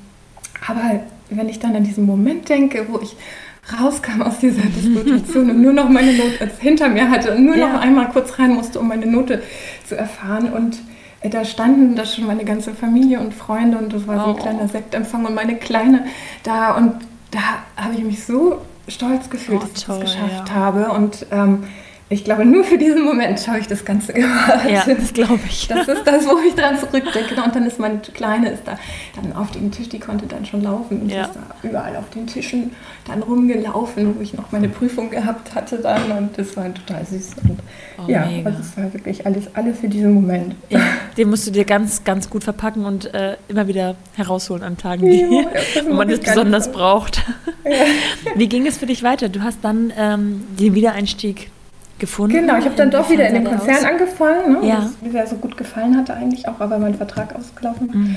aber wenn ich dann an diesen Moment denke, wo ich rauskam aus dieser Disputation und nur noch meine Note hinter mir hatte und nur noch einmal kurz rein musste, um meine Note zu erfahren. Und da standen da schon meine ganze Familie und Freunde und das war so ein kleiner Sektempfang und meine Kleine da. Und da habe ich mich so stolz gefühlt, dass ich das geschafft habe. Und ich glaube, nur für diesen Moment habe ich das Ganze gemacht. Ja, das glaube ich. Das ist das, wo ich dran zurückdenke. Und dann ist mein Kleine da dann auf dem Tisch, die konnte dann schon laufen und ist da überall auf den Tischen dann rumgelaufen, wo ich noch meine Prüfung gehabt hatte dann. Und das war total süß. Und mega. Also es war wirklich alles für diesen Moment. Ja, den musst du dir ganz, ganz gut verpacken und immer wieder herausholen an Tagen, wo man das besonders braucht. Ja. Wie ging es für dich weiter? Du hast dann den Wiedereinstieg gefunden. Genau, ich habe dann doch wieder in den Konzern angefangen, ne, ja. was mir sehr so gut gefallen hatte eigentlich, auch aber mein Vertrag ausgelaufen war.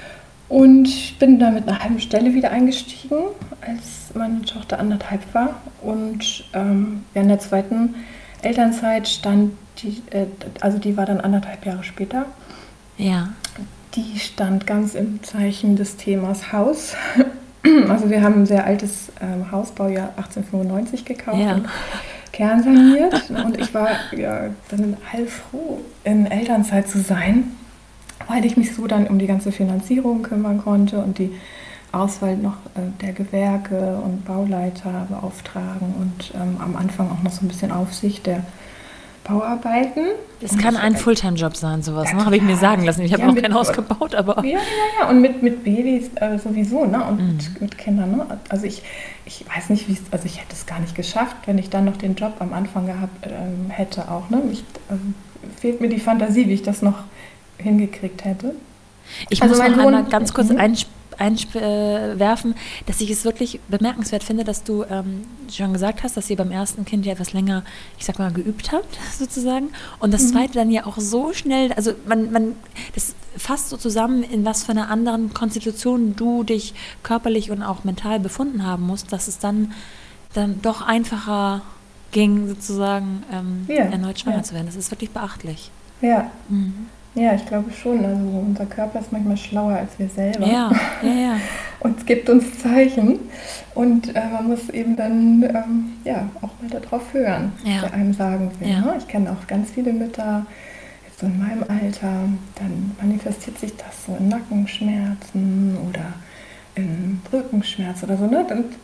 Und bin dann mit einer halben Stelle wieder eingestiegen, als meine Tochter 1,5 war. Und in der zweiten Elternzeit stand die war dann 1,5 Jahre später. Ja. Die stand ganz im Zeichen des Themas Haus. Also wir haben ein sehr altes Haus, Baujahr 1895 gekauft. Ja. Und kernsaniert und ich war dann heilfroh, in Elternzeit zu sein, weil ich mich so dann um die ganze Finanzierung kümmern konnte und die Auswahl noch der Gewerke und Bauleiter beauftragen und am Anfang auch noch so ein bisschen Aufsicht der Bauarbeiten. Das kann ein Fulltime-Job sein, sowas, ne? Habe ich mir sagen lassen. Ich habe noch kein Haus gebaut, aber... Ja. Und mit Babys sowieso, ne? Und mit Kindern, ne? Also ich weiß nicht, also ich hätte es gar nicht geschafft, wenn ich dann noch den Job am Anfang gehabt hätte auch, ne? Fehlt mir die Fantasie, wie ich das noch hingekriegt hätte. Ich muss noch einmal ganz kurz einwerfen, dass ich es wirklich bemerkenswert finde, dass du schon gesagt hast, dass ihr beim ersten Kind ja etwas länger, ich sag mal, geübt habt, sozusagen. Und das zweite dann ja auch so schnell, also das fasst so zusammen, in was für einer anderen Konstitution du dich körperlich und auch mental befunden haben musst, dass es dann doch einfacher ging, sozusagen erneut schwanger zu werden. Das ist wirklich beachtlich. Ja. Ja, ich glaube schon. Also unser Körper ist manchmal schlauer als wir selber. Ja. Und es gibt uns Zeichen. Und man muss eben dann auch mal darauf hören, der einem sagen will. Ja. Ne? Ich kenne auch ganz viele Mütter, jetzt so in meinem Alter, dann manifestiert sich das so in Nackenschmerzen oder in Rückenschmerz oder so. Ne?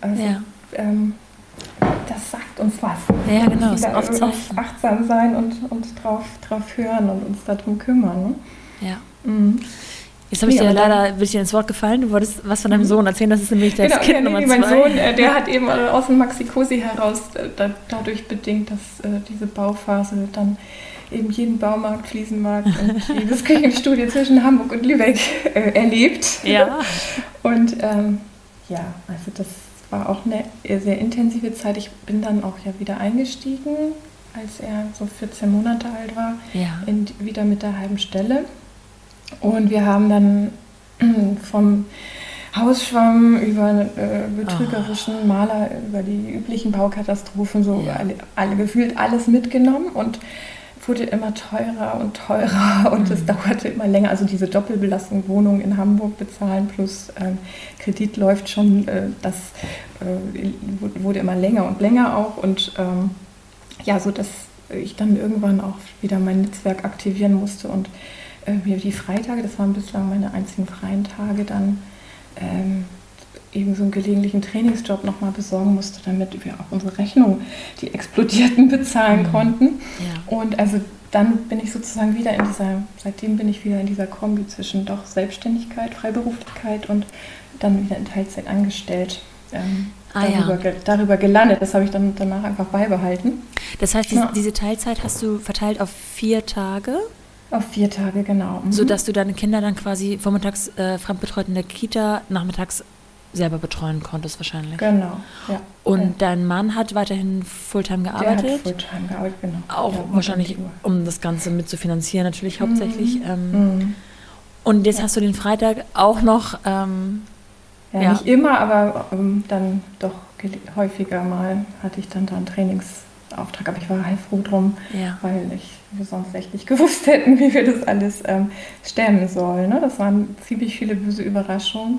Das sagt uns was. Ja, genau. Es ist achtsam sein und drauf hören und uns darum kümmern. Ne? Ja. Jetzt habe ich dir leider ein bisschen ins Wort gefallen. Du wolltest was von deinem Sohn erzählen, das ist nämlich das Kind Nummer 2. Mein Sohn, der hat eben aus dem Maxi-Cosi heraus dadurch bedingt, dass diese Bauphase dann eben jeden Baumarkt, Fliesenmarkt und jedes Küchenstudio zwischen Hamburg und Lübeck erlebt. Ja. Und also das war auch eine sehr intensive Zeit. Ich bin dann auch wieder eingestiegen, als er so 14 Monate alt war, wieder mit der halben Stelle. Und wir haben dann vom Hausschwamm über betrügerischen Maler, über die üblichen Baukatastrophen, gefühlt alles mitgenommen und wurde immer teurer und es dauerte immer länger. Also diese Doppelbelastung, Wohnung in Hamburg bezahlen plus Kredit läuft schon, das wurde immer länger und länger auch und so dass ich dann irgendwann auch wieder mein Netzwerk aktivieren musste und mir die Freitage, das waren bislang meine einzigen freien Tage, dann eben so einen gelegentlichen Trainingsjob nochmal besorgen musste, damit wir auch unsere Rechnungen, die explodierten, bezahlen konnten. Ja. Und also dann bin ich sozusagen seitdem bin ich wieder in dieser Kombi zwischen doch Selbstständigkeit, Freiberuflichkeit und dann wieder in Teilzeit angestellt. Darüber gelandet. Das habe ich dann danach einfach beibehalten. Das heißt, diese Teilzeit hast du verteilt auf 4 Tage? Auf 4 Tage, genau. Sodass du deine Kinder dann quasi vormittags fremdbetreut in der Kita, nachmittags selber betreuen konntest wahrscheinlich. Genau, ja. Und dein Mann hat weiterhin Fulltime gearbeitet? Der hat Fulltime gearbeitet, genau. Auch wahrscheinlich, um das Ganze mit zu finanzieren, natürlich hauptsächlich. Und jetzt hast du den Freitag auch noch... nicht immer, aber dann doch häufiger mal hatte ich dann da einen Trainingsauftrag. Aber ich war heilfroh drum, weil wir sonst echt nicht gewusst hätten, wie wir das alles stemmen sollen. Ne? Das waren ziemlich viele böse Überraschungen.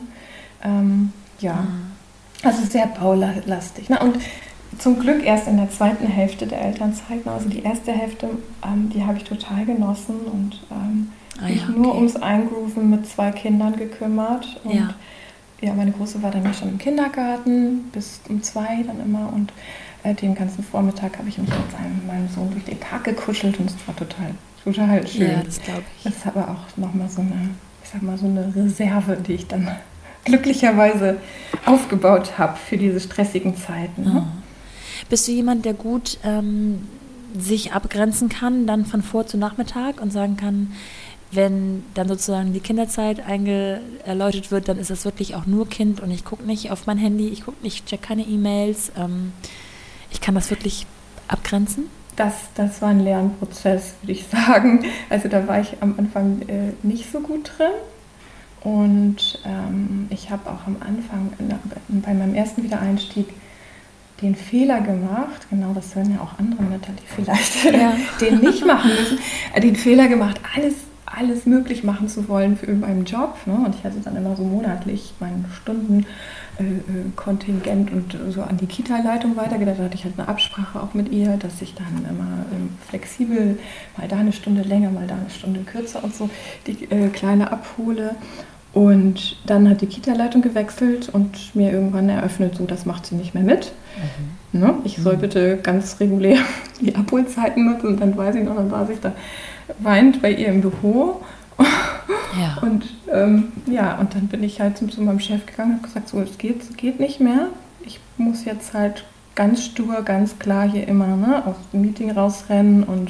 Also sehr baulastig. Ne? Und zum Glück erst in der zweiten Hälfte der Elternzeit. Ne? Also die erste Hälfte, die habe ich total genossen und mich nur ums Eingrooven mit 2 Kindern gekümmert. Und meine Große war dann schon im Kindergarten, bis um 2 dann immer. Und Den ganzen Vormittag habe ich mich mit meinem Sohn durch den Tag gekuschelt und es war total schön. Ja, das glaube ich. Das ist aber auch nochmal so eine Reserve, die ich dann glücklicherweise aufgebaut habe für diese stressigen Zeiten. Ne? Bist du jemand, der gut sich abgrenzen kann, dann von Vor- zu Nachmittag und sagen kann, wenn dann sozusagen die Kinderzeit eingeläutet wird, dann ist das wirklich auch nur Kind und ich gucke nicht auf mein Handy, ich check keine E-Mails. Ich kann das wirklich abgrenzen? Das war ein Lernprozess, würde ich sagen. Also da war ich am Anfang nicht so gut drin. Und ich habe auch am Anfang bei meinem ersten Wiedereinstieg den Fehler gemacht, genau das hören ja auch andere Mütter, die vielleicht den nicht machen müssen, den Fehler gemacht, alles möglich machen zu wollen für meinen Job. Ne? Und ich hatte dann immer so monatlich mein Stundenkontingent und so an die Kita-Leitung weitergedacht. Da hatte ich halt eine Absprache auch mit ihr, dass ich dann immer flexibel mal da eine Stunde länger, mal da eine Stunde kürzer und so die Kleine abhole. Und dann hat die Kita-Leitung gewechselt und mir irgendwann eröffnet, so, das macht sie nicht mehr mit. Ne? Ich soll bitte ganz regulär die Abholzeiten nutzen. Und dann weiß ich noch, dann saß ich da weint bei ihr im Büro. Ja. Und und dann bin ich halt zu meinem Chef gegangen und habe gesagt, so, es geht nicht mehr. Ich muss jetzt halt ganz stur, ganz klar hier immer aus dem Meeting rausrennen und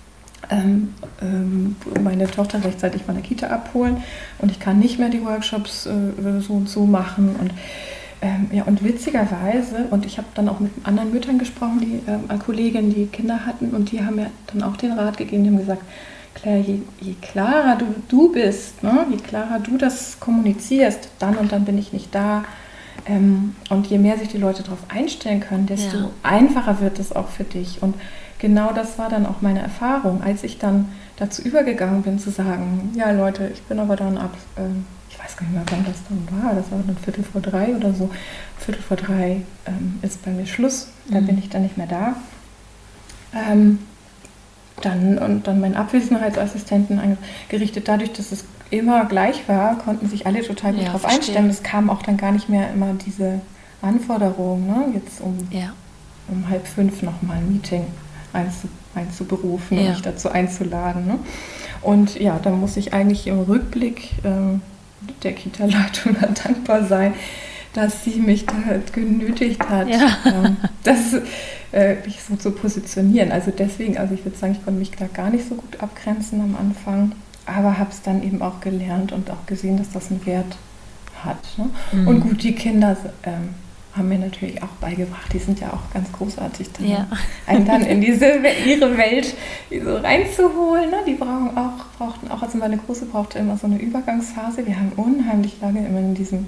meine Tochter rechtzeitig von der Kita abholen. Und ich kann nicht mehr die Workshops so und so machen. Und witzigerweise, und ich habe dann auch mit anderen Müttern gesprochen, die Kolleginnen, die Kinder hatten, und die haben mir dann auch den Rat gegeben, die haben gesagt, Claire, je klarer du bist, ne, je klarer du das kommunizierst, dann und dann bin ich nicht da. Und je mehr sich die Leute darauf einstellen können, desto einfacher wird es auch für dich. Und genau das war dann auch meine Erfahrung, als ich dann dazu übergegangen bin, zu sagen, ja Leute, ich bin aber dann ich weiß gar nicht mehr, wann das dann war, das war dann 2:45 oder so. 2:45 ist bei mir Schluss, da bin ich dann nicht mehr da. Dann meinen Abwesenheitsassistenten eingerichtet. Dadurch, dass es immer gleich war, konnten sich alle total gut darauf einstellen. Es kam auch dann gar nicht mehr immer diese Anforderung, ne? Jetzt um 4:30 nochmal ein Meeting einzuberufen und mich dazu einzuladen. Ne? Und ja, da muss ich eigentlich im Rückblick der Kita-Leitung dankbar sein, dass sie mich da genötigt hat, mich so zu positionieren. Also deswegen, ich würde sagen, ich konnte mich da gar nicht so gut abgrenzen am Anfang, aber habe es dann eben auch gelernt und auch gesehen, dass das einen Wert hat. Ne? Und gut, die Kinder haben mir natürlich auch beigebracht, die sind ja auch ganz großartig, einen dann in ihre Welt so reinzuholen. Ne? Die brauchten auch, also meine Große brauchte immer so eine Übergangsphase. Wir haben unheimlich lange immer in diesem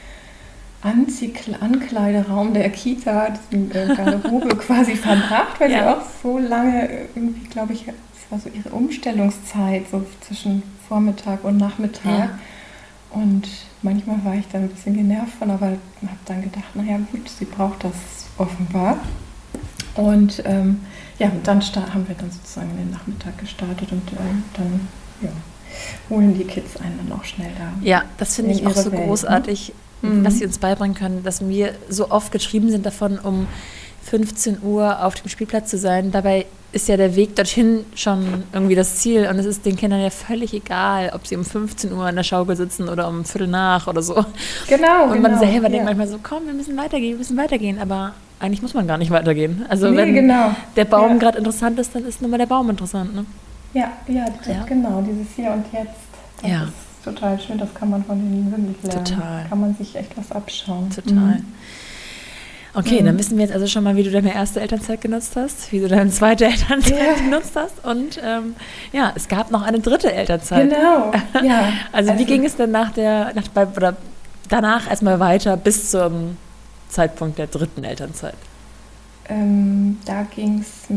Ankleideraum der Kita, diesen Garderobe quasi verbracht, weil sie auch so lange irgendwie, glaube ich, das war so ihre Umstellungszeit, so zwischen Vormittag und Nachmittag. Ja. Und manchmal war ich dann ein bisschen genervt von, aber habe dann gedacht, naja gut, sie braucht das offenbar. Und und dann haben wir dann sozusagen in den Nachmittag gestartet und dann holen die Kids einen dann auch schnell da. Ja, das finde ich auch so Welt, großartig, was sie uns beibringen können, dass wir so oft getrieben sind davon, um 15 Uhr auf dem Spielplatz zu sein. Dabei ist ja der Weg dorthin schon irgendwie das Ziel und es ist den Kindern ja völlig egal, ob sie um 15 Uhr an der Schaukel sitzen oder um 15:15 oder so. Genau. Und man selber denkt manchmal so, komm, wir müssen weitergehen, aber eigentlich muss man gar nicht weitergehen. Also wenn der Baum gerade interessant ist, dann ist nur mal der Baum interessant. Ne? Genau, dieses Hier und Jetzt. Das ist total schön, das kann man von denen wirklich lernen. Total. Kann man sich echt was abschauen. Total. Okay, dann wissen wir jetzt also schon mal, wie du deine erste Elternzeit genutzt hast, wie du deine zweite Elternzeit genutzt hast und es gab noch eine dritte Elternzeit. Genau, ja. Also wie ging es denn danach erstmal weiter bis zum Zeitpunkt der dritten Elternzeit? Da ging es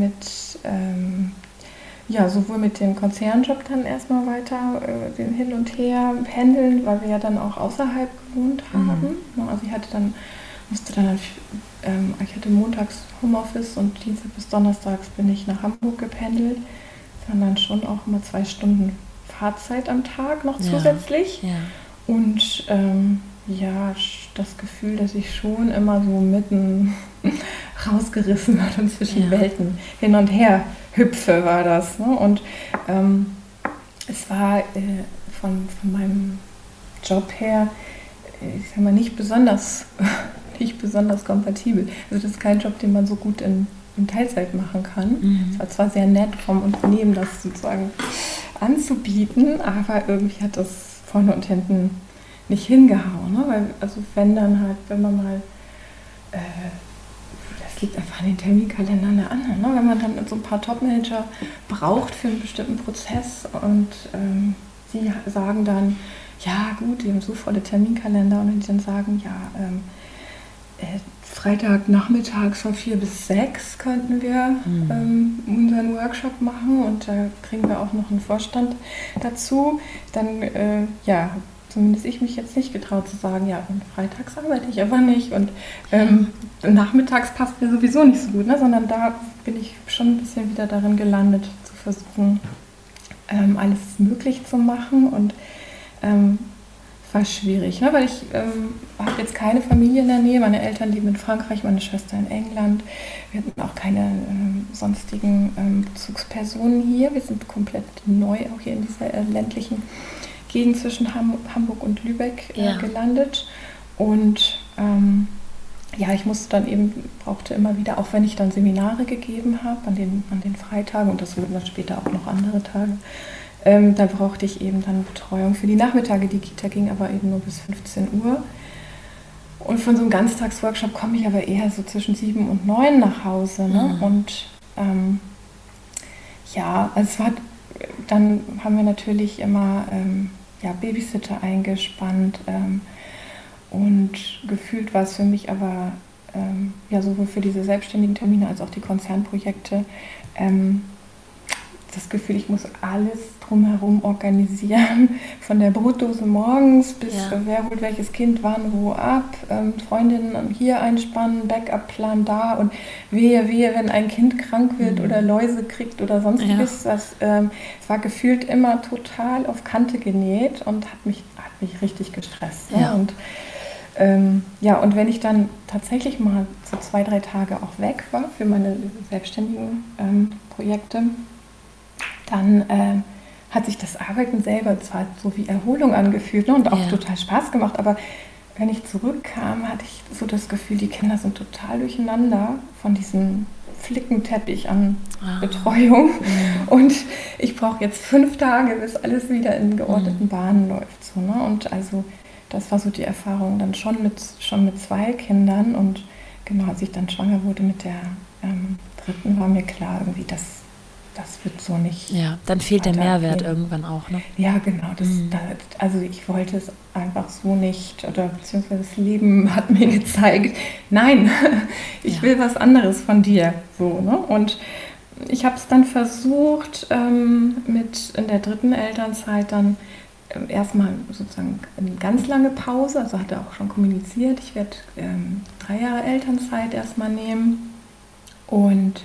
sowohl mit dem Konzernjob dann erstmal weiter, den Hin und Her pendeln, weil wir ja dann auch außerhalb gewohnt haben. Also ich hatte montags Homeoffice und Dienstag bis Donnerstags bin ich nach Hamburg gependelt. Das waren dann schon auch immer 2 Stunden Fahrzeit am Tag noch zusätzlich. Ja. Und das Gefühl, dass ich schon immer so mitten rausgerissen wird und zwischen Welten hin und her hüpfe, war das. Ne? Und es war von meinem Job her, ich sag mal, nicht besonders kompatibel. Also das ist kein Job, den man so gut in Teilzeit machen kann. Es war zwar sehr nett vom Unternehmen, das sozusagen anzubieten, aber irgendwie hat das vorne und hinten nicht hingehauen. Ne? Weil, also wenn man mal, das liegt einfach an den Terminkalendern der anderen, ne? Wenn man dann so ein paar Topmanager braucht für einen bestimmten Prozess und die sagen dann, ja gut, die haben so volle Terminkalender, und wenn die dann sagen, ja, Freitagnachmittags von 4 bis 6 könnten wir unseren Workshop machen, und da kriegen wir auch noch einen Vorstand dazu, dann zumindest ich mich jetzt nicht getraut zu sagen, ja, und freitags arbeite ich aber nicht, und nachmittags passt mir sowieso nicht so gut, ne? Sondern da bin ich schon ein bisschen wieder darin gelandet, zu versuchen, alles möglich zu machen, und war schwierig, ne? Weil ich habe jetzt keine Familie in der Nähe. Meine Eltern leben in Frankreich, meine Schwester in England. Wir hatten auch keine sonstigen Bezugspersonen hier. Wir sind komplett neu auch hier in dieser ländlichen Gegend zwischen Hamburg und Lübeck gelandet. Und ich brauchte immer wieder, auch wenn ich dann Seminare gegeben habe an den Freitagen, und das wurden dann später auch noch andere Tage, da brauchte ich eben dann Betreuung für die Nachmittage. Die Kita ging aber eben nur bis 15 Uhr. Und von so einem Ganztagsworkshop komme ich aber eher so zwischen 7 und 9 nach Hause. Ne? Und dann haben wir natürlich immer Babysitter eingespannt. Und gefühlt war es für mich aber sowohl für diese selbstständigen Termine als auch die Konzernprojekte das Gefühl, ich muss alles drumherum organisieren, von der Brotdose morgens bis wer holt welches Kind wann wo ab, Freundinnen hier einspannen, Backup-Plan da, und wehe, wenn ein Kind krank wird oder Läuse kriegt oder sonstiges. Es war gefühlt immer total auf Kante genäht und hat mich richtig gestresst. Ja. Und und wenn ich dann tatsächlich mal so 2-3 Tage auch weg war für meine selbstständigen Projekte, dann hat sich das Arbeiten selber zwar so wie Erholung angefühlt, ne, und auch total Spaß gemacht, aber wenn ich zurückkam, hatte ich so das Gefühl, die Kinder sind total durcheinander von diesem Flickenteppich an Betreuung, und ich brauche jetzt 5 Tage, bis alles wieder in geordneten Bahnen läuft. So, ne? Und also das war so die Erfahrung dann schon mit 2 Kindern, und genau, als ich dann schwanger wurde mit der 3., war mir klar, irgendwie, das wird so nicht. Ja, dann fehlt der Mehrwert irgendwann auch, ne? Ja, genau. Also ich wollte es einfach so nicht, oder beziehungsweise das Leben hat mir gezeigt, nein, ich will was anderes von dir. So, ne? Und ich habe es dann versucht, in der 3. Elternzeit dann erstmal sozusagen eine ganz lange Pause, also hatte auch schon kommuniziert, ich werde 3 Jahre Elternzeit erstmal nehmen, und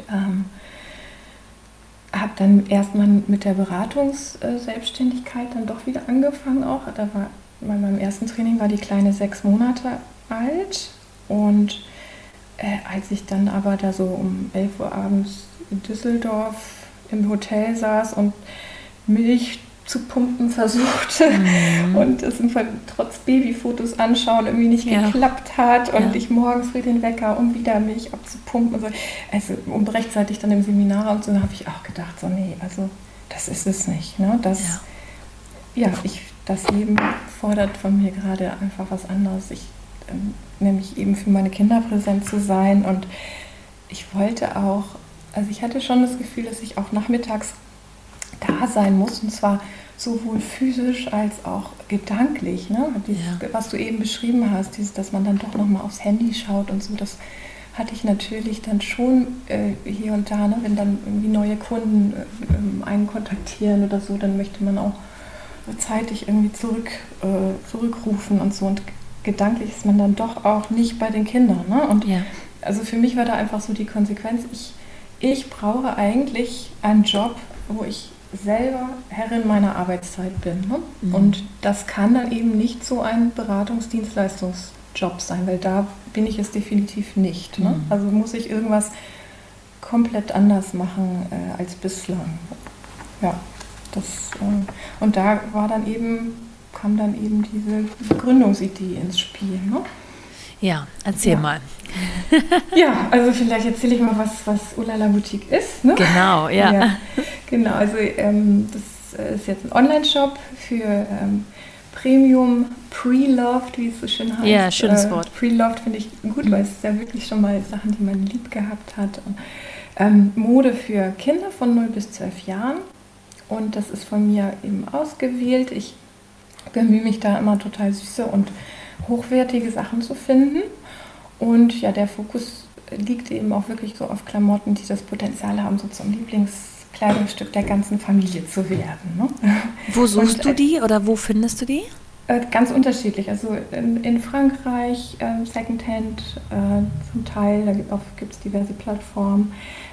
habe dann erstmal mit der Beratungsselbstständigkeit dann doch wieder angefangen auch. Bei meinem ersten Training war die Kleine 6 Monate alt, und als ich dann aber da so um 11 Uhr abends in Düsseldorf im Hotel saß und Milch zu pumpen versuchte und es trotz Babyfotos anschauen irgendwie nicht geklappt hat, und ich morgens früh den Wecker, um wieder Milch abzupumpen und so. Also um rechtzeitig dann im Seminar, und so habe ich auch gedacht, so nee, also das ist es nicht. Ne? Das Leben fordert von mir gerade einfach was anderes. Nämlich eben für meine Kinder präsent zu sein, und ich wollte auch, also ich hatte schon das Gefühl, dass ich auch nachmittags da sein muss, und zwar sowohl physisch als auch gedanklich. Ne? Was du eben beschrieben hast, dass man dann doch nochmal aufs Handy schaut und so, das hatte ich natürlich dann schon hier und da, ne? Wenn dann irgendwie neue Kunden einen kontaktieren oder so, dann möchte man auch zeitig irgendwie zurückrufen und so, und gedanklich ist man dann doch auch nicht bei den Kindern. Ne? Und also für mich war da einfach so die Konsequenz, ich brauche eigentlich einen Job, wo ich selber Herrin meiner Arbeitszeit bin. Ne? Und das kann dann eben nicht so ein Beratungsdienstleistungsjob Job sein, weil da bin ich es definitiv nicht. Ne? Also muss ich irgendwas komplett anders machen als bislang. Ja, und da kam dann eben diese Gründungsidee ins Spiel. Ne? Ja, erzähl mal. Ja, also vielleicht erzähle ich mal, was Ulala Boutique ist. Ne? Genau, ja. Genau, also das ist jetzt ein Online-Shop für Premium Pre-Loved, wie es so schön heißt. Ja, schönes Wort. Pre-Loved finde ich gut, weil es ist ja wirklich schon mal Sachen, die man lieb gehabt hat. Und, Mode für Kinder von 0 bis 12 Jahren. Und das ist von mir eben ausgewählt. Ich bemühe mich da immer total süße und hochwertige Sachen zu finden. Und ja, der Fokus liegt eben auch wirklich so auf Klamotten, die das Potenzial haben, so zum Lieblingskleidungsstück der ganzen Familie zu werden. Ne? Wo suchst du die oder wo findest du die? Ganz unterschiedlich. Also in Frankreich, Secondhand zum Teil, da gibt es diverse Plattformen.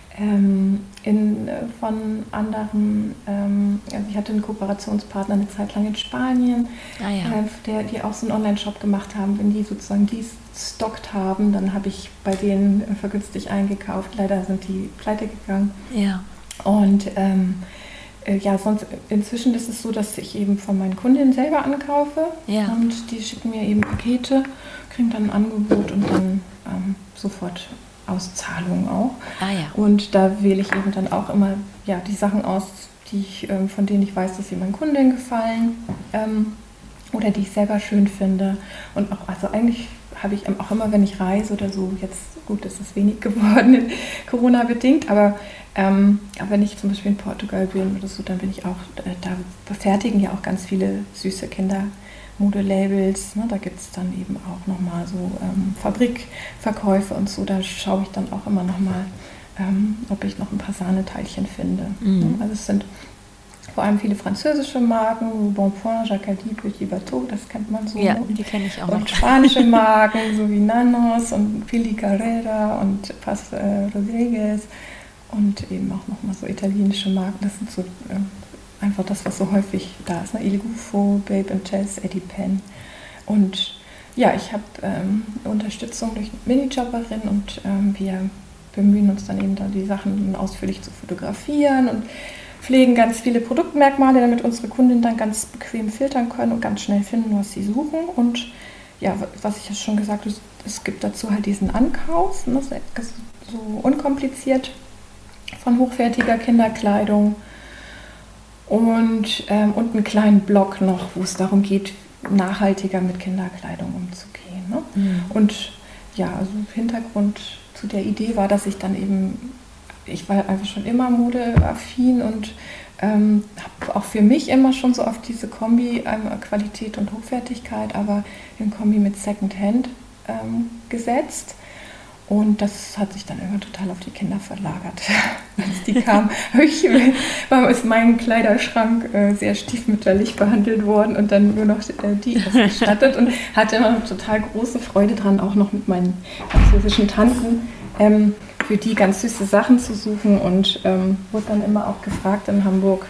Von anderen, also ich hatte einen Kooperationspartner eine Zeit lang in Spanien, die auch so einen Online-Shop gemacht haben. Wenn die sozusagen die stockt haben, dann habe ich bei denen vergünstigt eingekauft. Leider sind die pleite gegangen. Ja. Und sonst inzwischen ist es so, dass ich eben von meinen Kundinnen selber ankaufe. Ja. Und die schicken mir eben Pakete, kriegen dann ein Angebot und dann sofort Auszahlung auch. Und da wähle ich eben dann auch immer die Sachen aus, von denen ich weiß, dass sie meinen Kundinnen gefallen oder die ich selber schön finde. Und auch, also eigentlich habe ich auch immer, wenn ich reise oder so, jetzt gut, ist es wenig geworden, Corona-bedingt, aber wenn ich zum Beispiel in Portugal bin oder so, dann bin ich auch, da fertigen ja auch ganz viele süße Kindermodelabels, ne? Da gibt es dann eben auch nochmal so Fabrikverkäufe und so, da schaue ich dann auch immer nochmal, ob ich noch ein paar Sahneteilchen finde. Mhm. Also es sind vor allem viele französische Marken, Bonpoint, Jacquardie, Petit Bateau, das kennt man so. Ja, die kenne ich auch noch. Und spanische Marken, so wie Nanos und Pili Carrera und Paz Rodriguez und eben auch nochmal so italienische Marken. Das sind so einfach das, was so häufig da ist. Ne? Il Gufo, Babe & Jazz, Eddie Penn. Und ja, ich habe Unterstützung durch Minijobberin und wir bemühen uns dann eben, da die Sachen ausführlich zu fotografieren und pflegen ganz viele Produktmerkmale, damit unsere Kunden dann ganz bequem filtern können und ganz schnell finden, was sie suchen. Und ja, was ich ja schon gesagt habe, es gibt dazu halt diesen Ankauf, ne, so unkompliziert von hochwertiger Kinderkleidung und einen kleinen Blog noch, wo es darum geht, nachhaltiger mit Kinderkleidung umzugehen. Ne? Mhm. Und ja, also Hintergrund zu der Idee war, dass ich dann eben, ich war einfach schon immer modeaffin und habe auch für mich immer schon so auf diese Kombi Qualität und Hochwertigkeit, aber in Kombi mit Secondhand gesetzt. Und das hat sich dann immer total auf die Kinder verlagert. Als die kamen, ist mein Kleiderschrank sehr stiefmütterlich behandelt worden und dann nur noch die ausgestattet und hatte immer total große Freude dran, auch noch mit meinen französischen Tanten für die ganz süße Sachen zu suchen und wurde dann immer auch gefragt in Hamburg,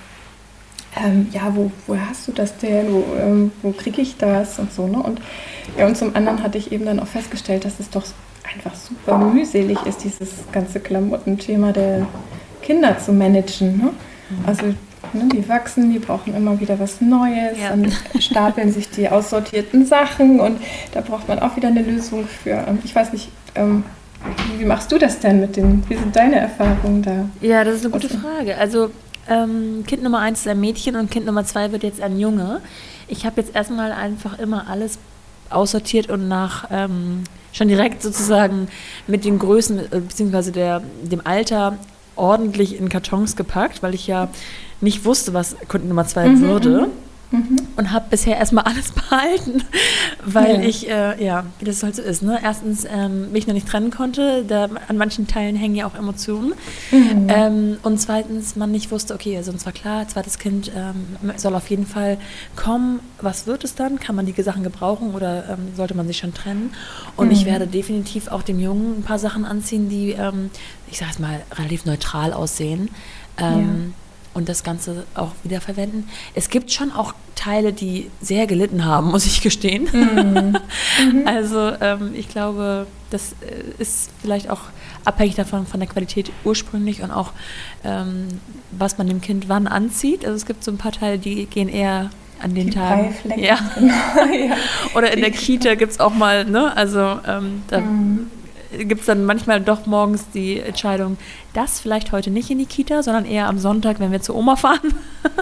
woher hast du das denn, wo kriege ich das und so. Ne? Und zum anderen hatte ich eben dann auch festgestellt, dass es doch einfach super mühselig ist, dieses ganze Klamottenthema der Kinder zu managen. Ne? Also die wachsen, die brauchen immer wieder was Neues, dann stapeln sich die aussortierten Sachen und da braucht man auch wieder eine Lösung für. Ich weiß nicht, wie machst du das denn wie sind deine Erfahrungen da? Ja, das ist eine gute Frage. Also Kind Nummer 1 ist ein Mädchen und Kind Nummer 2 wird jetzt ein Junge. Ich habe jetzt erstmal einfach immer alles aussortiert und schon direkt sozusagen mit den Größen bzw. dem Alter ordentlich in Kartons gepackt, weil ich ja nicht wusste, was Kind Nummer 2 würde. Und habe bisher erstmal alles behalten, weil ich, wie das halt so ist, ne? Erstens, mich noch nicht trennen konnte, an manchen Teilen hängen ja auch Emotionen. Und zweitens, man nicht wusste, okay, also uns war klar, zweites Kind soll auf jeden Fall kommen. Was wird es dann? Kann man die Sachen gebrauchen oder sollte man sich schon trennen? Und ich werde definitiv auch dem Jungen ein paar Sachen anziehen, die, ich sag jetzt mal, relativ neutral aussehen. und das Ganze auch wiederverwenden. Es gibt schon auch Teile, die sehr gelitten haben, muss ich gestehen. Also ich glaube, das ist vielleicht auch abhängig davon, von der Qualität ursprünglich und auch, was man dem Kind wann anzieht. Also es gibt so ein paar Teile, die gehen eher an den Tagen. Ja. Genau. Ja. Oder in der Kita gibt es auch mal, ne? Also da gibt es dann manchmal doch morgens die Entscheidung, das vielleicht heute nicht in die Kita, sondern eher am Sonntag, wenn wir zu Oma fahren.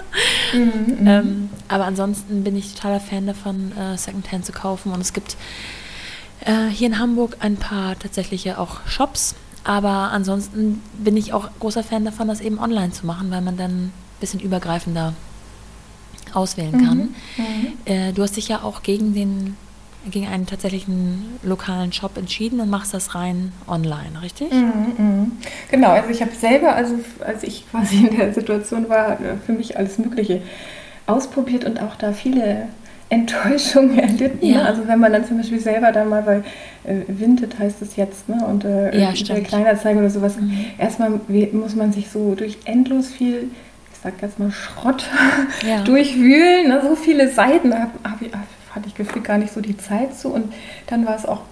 Aber ansonsten bin ich totaler Fan davon, Secondhand zu kaufen. Und es gibt hier in Hamburg ein paar tatsächliche auch Shops. Aber ansonsten bin ich auch großer Fan davon, das eben online zu machen, weil man dann ein bisschen übergreifender auswählen kann. Du hast dich ja auch gegen einen tatsächlichen lokalen Shop entschieden und machst das rein online, richtig? Genau, also ich habe selber, als ich quasi in der Situation war, für mich alles Mögliche ausprobiert und auch da viele Enttäuschungen erlitten. Ja. Ne? Also wenn man dann zum Beispiel selber da mal bei Vinted heißt es jetzt, ne? Und Kleinanzeigen oder sowas, erstmal muss man sich so durch endlos viel, ich sag jetzt mal Schrott, durchwühlen. Ne? So viele Seiten hatte ich gefühlt gar nicht so die Zeit zu. Und dann war es auch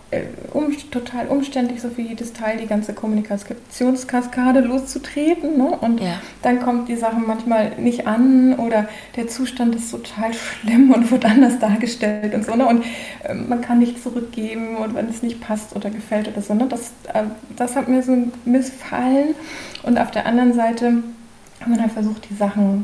total umständlich, so für jedes Teil die ganze Kommunikationskaskade loszutreten. Ne? Und dann kommt die Sache manchmal nicht an oder der Zustand ist total schlimm und wird anders dargestellt und so. Ne? Und man kann nicht zurückgeben und wenn es nicht passt oder gefällt oder so. Ne? Das hat mir so missfallen. Und auf der anderen Seite haben wir dann versucht, die Sachen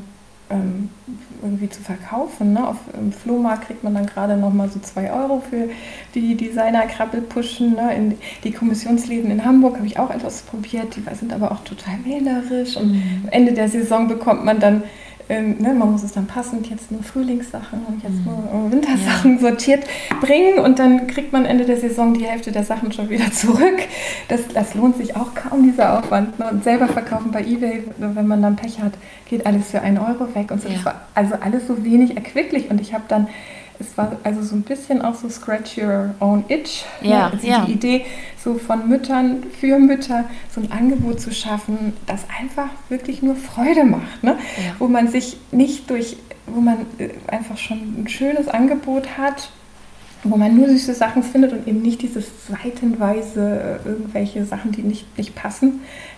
irgendwie zu verkaufen. Ne? Auf dem Flohmarkt kriegt man dann gerade nochmal so 2 € für die Designer-Krabbelpuschen. Ne? In die Kommissionsläden in Hamburg habe ich auch etwas probiert, die sind aber auch total wählerisch. Und am Ende der Saison bekommt man dann, man muss es dann passend jetzt nur Frühlingssachen und jetzt nur Wintersachen sortiert bringen und dann kriegt man Ende der Saison die Hälfte der Sachen schon wieder zurück. Das lohnt sich auch kaum, dieser Aufwand. Ne? Und selber verkaufen bei eBay, wenn man dann Pech hat, geht alles für 1 € weg und so. Das war also alles so wenig erquicklich und ich habe dann, es war also so ein bisschen auch so Scratch Your Own Itch. Ja, ne? Also die Idee, so von Müttern für Mütter so ein Angebot zu schaffen, das einfach wirklich nur Freude macht. Ne? Ja. Wo man sich nicht wo man einfach schon ein schönes Angebot hat, wo man nur süße Sachen findet und eben nicht dieses seitenweise irgendwelche Sachen, die nicht passen,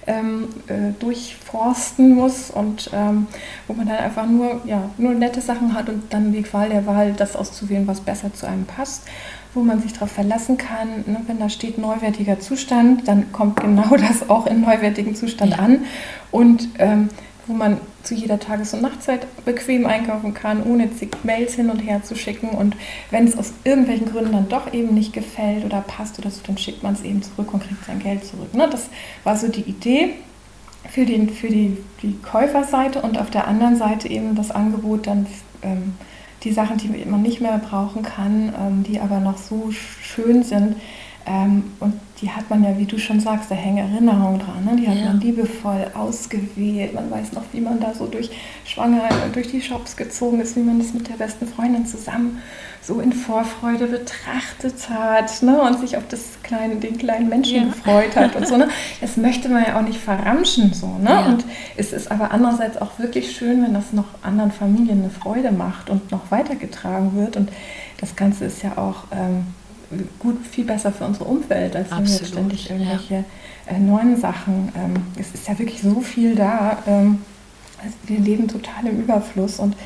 durchforsten muss und wo man dann einfach nur nette Sachen hat und dann die Qual der Wahl, das auszuwählen, was besser zu einem passt, wo man sich darauf verlassen kann. Ne? Wenn da steht neuwertiger Zustand, dann kommt genau das auch in neuwertigem Zustand an und wo man zu jeder Tages- und Nachtzeit bequem einkaufen kann, ohne zig Mails hin und her zu schicken. Und wenn es aus irgendwelchen Gründen dann doch eben nicht gefällt oder passt oder so, dann schickt man es eben zurück und kriegt sein Geld zurück. Ne? Das war so die Idee für die Käuferseite und auf der anderen Seite eben das Angebot dann die Sachen, die man nicht mehr brauchen kann, die aber noch so schön sind. Und die hat man ja, wie du schon sagst, da hängen Erinnerungen dran. Ne? Die hat man liebevoll ausgewählt. Man weiß noch, wie man da so durch die Shops gezogen ist, wie man das mit der besten Freundin zusammen so in Vorfreude betrachtet hat, ne? Und sich auf den kleinen Menschen gefreut hat und so. Ne? Das möchte man ja auch nicht verramschen. So, ne? Ja. Und es ist aber andererseits auch wirklich schön, wenn das noch anderen Familien eine Freude macht und noch weitergetragen wird. Und das Ganze ist ja auch viel besser für unsere Umwelt, als wenn wir jetzt ständig irgendwelche neuen Sachen. Es ist ja wirklich so viel da. Wir leben total im Überfluss und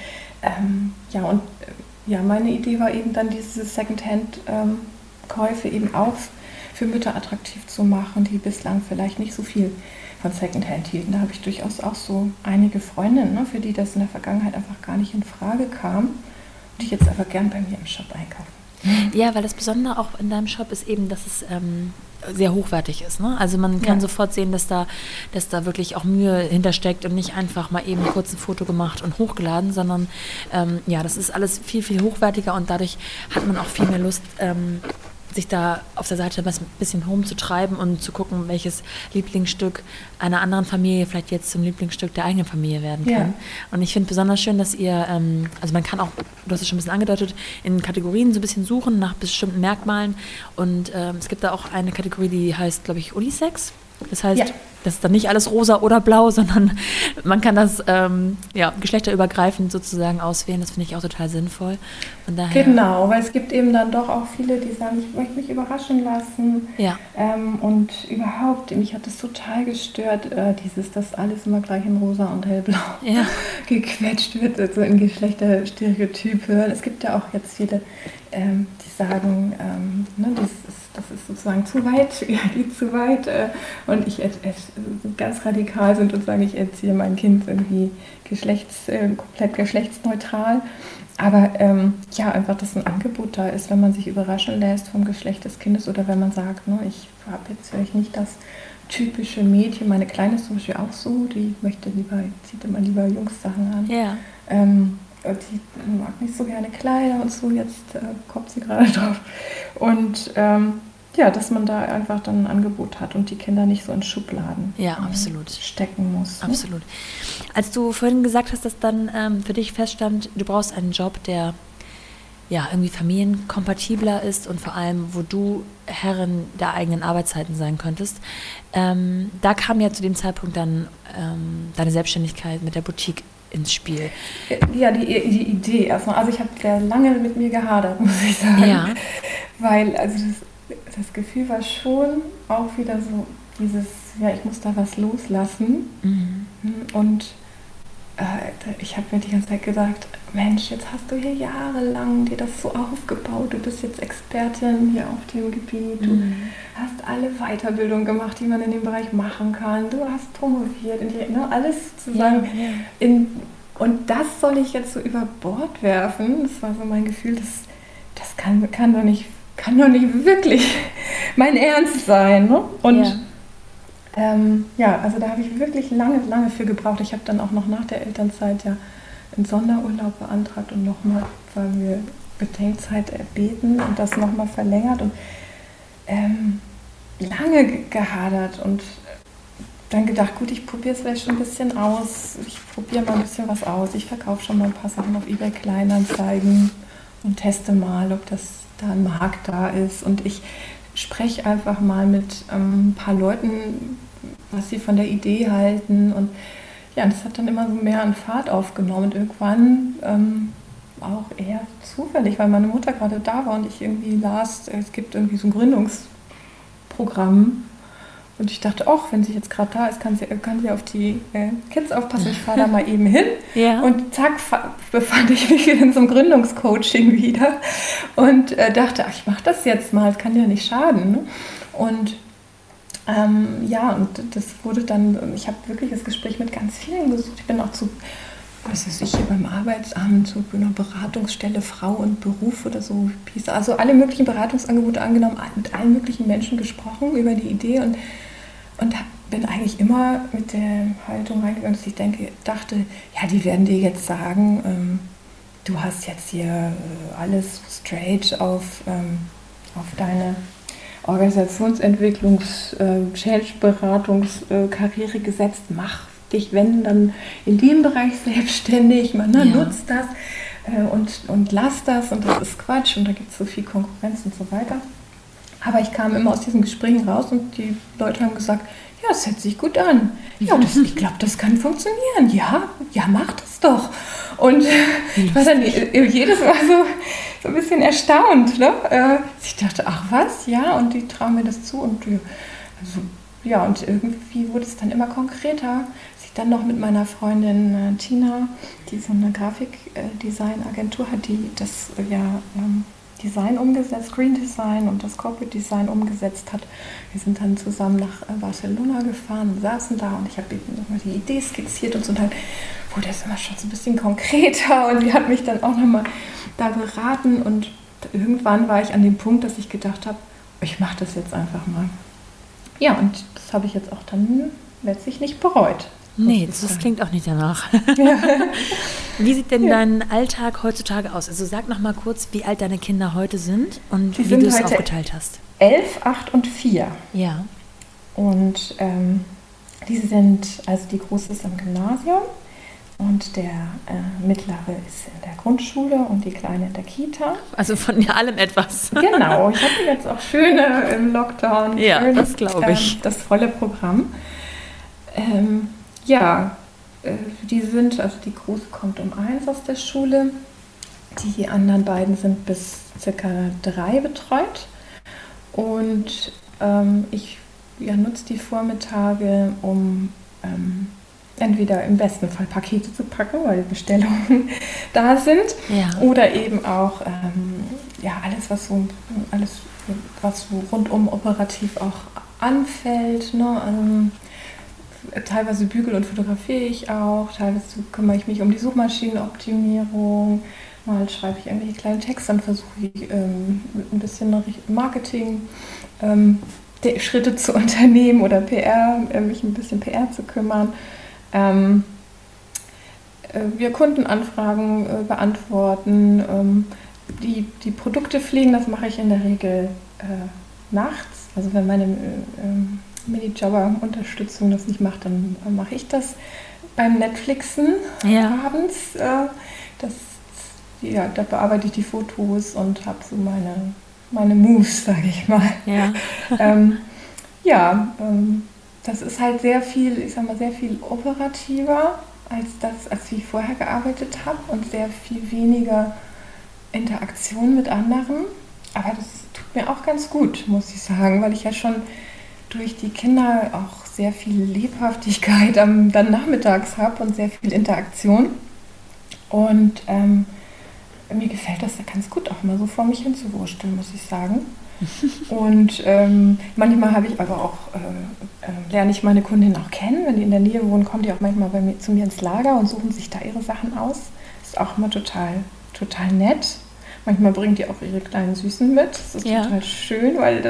meine Idee war eben dann, diese Secondhand-Käufe eben auch für Mütter attraktiv zu machen, die bislang vielleicht nicht so viel von Secondhand hielten. Da habe ich durchaus auch so einige Freundinnen, ne, für die das in der Vergangenheit einfach gar nicht in Frage kam, die jetzt aber gern bei mir im Shop einkaufen. Ja, weil das Besondere auch in deinem Shop ist eben, dass es sehr hochwertig ist. Ne? Also man kann sofort sehen, dass da wirklich auch Mühe hintersteckt und nicht einfach mal eben kurz ein Foto gemacht und hochgeladen, sondern das ist alles viel, viel hochwertiger und dadurch hat man auch viel mehr Lust, sich da auf der Seite ein bisschen rumzutreiben und zu gucken, welches Lieblingsstück einer anderen Familie vielleicht jetzt zum Lieblingsstück der eigenen Familie werden kann. Ja. Und ich finde besonders schön, dass ihr, also man kann auch, du hast es schon ein bisschen angedeutet, in Kategorien so ein bisschen suchen nach bestimmten Merkmalen und es gibt da auch eine Kategorie, die heißt, glaube ich, Unisex. Das heißt, das ist dann nicht alles rosa oder blau, sondern man kann das geschlechterübergreifend sozusagen auswählen. Das finde ich auch total sinnvoll. Von daher, genau, weil es gibt eben dann doch auch viele, die sagen, ich möchte mich überraschen lassen. Ja. Und überhaupt, mich hat es total gestört, dass alles immer gleich in rosa und hellblau gequetscht wird, also in Geschlechterstereotype. Es gibt ja auch jetzt viele, die sagen, das ist sozusagen zu weit, geht zu weit. Und ich ganz radikal sind und sagen, ich erziehe mein Kind irgendwie komplett geschlechtsneutral. Aber einfach, dass ein Angebot da ist, wenn man sich überraschen lässt vom Geschlecht des Kindes oder wenn man sagt, ich habe jetzt vielleicht nicht das typische Mädchen. Meine Kleine ist zum Beispiel auch so, die zieht immer lieber Jungssachen an. Ja. Die mag nicht so gerne Kleider und so, jetzt kommt sie gerade drauf. Und dass man da einfach dann ein Angebot hat und die Kinder nicht so in Schubladen absolut stecken muss. Absolut. Als du vorhin gesagt hast, dass dann für dich feststand, du brauchst einen Job, der irgendwie familienkompatibler ist und vor allem, wo du Herrin der eigenen Arbeitszeiten sein könntest, da kam ja zu dem Zeitpunkt dann deine Selbstständigkeit mit der Boutique ins Spiel. Ja, die Idee erstmal. Also ich habe sehr lange mit mir gehadert, muss ich sagen. Ja. Weil das Gefühl war schon auch wieder so dieses, ich muss da was loslassen. Mhm. Und ich habe mir die ganze Zeit gesagt, Mensch, jetzt hast du hier jahrelang dir das so aufgebaut, du bist jetzt Expertin hier auf dem Gebiet, du hast alle Weiterbildungen gemacht, die man in dem Bereich machen kann, du hast promoviert, alles sozusagen. Und das soll ich jetzt so über Bord werfen, das war so mein Gefühl, das kann doch nicht wirklich mein Ernst sein. Ne? Und also da habe ich wirklich lange für gebraucht. Ich habe dann auch noch nach der Elternzeit einen Sonderurlaub beantragt und nochmal, weil wir Bedenkzeit erbeten und das nochmal verlängert und lange gehadert und dann gedacht, gut, ich probiere es vielleicht schon ein bisschen aus. Ich probiere mal ein bisschen was aus. Ich verkaufe schon mal ein paar Sachen auf eBay Kleinanzeigen und teste mal, ob das da ein Markt da ist. Und ich spreche einfach mal mit ein paar Leuten, was sie von der Idee halten. Und das hat dann immer so mehr an Fahrt aufgenommen. Und irgendwann auch eher zufällig, weil meine Mutter gerade da war und ich irgendwie las, es gibt irgendwie so ein Gründungsprogramm. Und ich dachte, wenn sie jetzt gerade da ist, kann sie auf die Kids aufpassen. Ich fahre da mal eben hin. Ja. Und zack, befand ich mich in so einem Gründungscoaching wieder. Und dachte, ich mache das jetzt mal, das kann ja nicht schaden. Ne? Und und das wurde dann, ich habe wirklich das Gespräch mit ganz vielen gesucht. Ich bin auch hier beim Arbeitsamt, zu einer Beratungsstelle Frau und Beruf oder so. Also alle möglichen Beratungsangebote angenommen, mit allen möglichen Menschen gesprochen über die Idee und bin eigentlich immer mit der Haltung reingegangen, dass ich dachte, die werden dir jetzt sagen, du hast jetzt hier alles straight auf deine Organisationsentwicklungs-, Change-Beratungskarriere gesetzt, mach dich, wenn, dann in dem Bereich selbstständig, nutzt das und lass das und das ist Quatsch und da gibt es so viel Konkurrenz und so weiter. Aber ich kam immer aus diesen Gesprächen raus und die Leute haben gesagt, das hört sich gut an. Ich glaube, das kann funktionieren. Ja, mach das doch. Und ich war dann jedes Mal so ein bisschen erstaunt. Ne? Ich dachte, ach was? Ja, und die trauen mir das zu. Und und irgendwie wurde es dann immer konkreter. Als ich dann noch mit meiner Freundin Tina, die so eine Grafikdesign-Agentur hat, die das Design umgesetzt, Screen Design und das Corporate Design umgesetzt hat. Wir sind dann zusammen nach Barcelona gefahren und saßen da und ich habe nochmal die Idee skizziert und so, und dann wurde das immer schon so ein bisschen konkreter und die hat mich dann auch nochmal da beraten und irgendwann war ich an dem Punkt, dass ich gedacht habe, ich mache das jetzt einfach mal. Ja, und das habe ich jetzt auch dann letztlich nicht bereut. Nee, das klingt auch nicht danach. Ja. Wie sieht denn dein Alltag heutzutage aus? Also sag noch mal kurz, wie alt deine Kinder heute sind und wie du es aufgeteilt hast. 11, 8 und 4. Ja. Und die Große ist am Gymnasium Und der Mittlere ist in der Grundschule und die Kleine in der Kita. Also von allem etwas. Genau, ich hatte jetzt auch schöne im Lockdown. Ja, das glaube ich. Das volle Programm. Die sind, also die Große kommt um 1 aus der Schule. Die anderen beiden sind bis circa 3 betreut. Und ich nutze die Vormittage, um entweder im besten Fall Pakete zu packen, weil Bestellungen da sind, oder eben auch alles, was so rundum operativ auch anfällt. Ne? Teilweise bügel und fotografiere ich auch, teilweise kümmere ich mich um die Suchmaschinenoptimierung, mal schreibe ich irgendwelche kleinen Texte, dann versuche ich mit ein bisschen Marketing Schritte zu unternehmen oder PR, mich ein bisschen PR zu kümmern. Wir Kundenanfragen beantworten, die Produkte pflegen, das mache ich in der Regel nachts. Also wenn meine Minijobber-Unterstützung das nicht macht, dann mache ich das beim Netflixen abends. Da bearbeite ich die Fotos und habe so meine Moves, sage ich mal. Das ist halt sehr viel operativer als wie ich vorher gearbeitet habe und sehr viel weniger Interaktion mit anderen. Aber das tut mir auch ganz gut, muss ich sagen, weil ich ja schon durch die Kinder auch sehr viel Lebhaftigkeit dann nachmittags habe und sehr viel Interaktion. Und mir gefällt das ja ganz gut, auch mal so vor mich hinzuwursteln, muss ich sagen. Und manchmal habe ich aber auch, lerne ich meine Kundinnen auch kennen. Wenn die in der Nähe wohnen, kommen die auch manchmal zu mir ins Lager und suchen sich da ihre Sachen aus. Ist auch immer total nett. Manchmal bringen die auch ihre kleinen Süßen mit. Das ist total schön, weil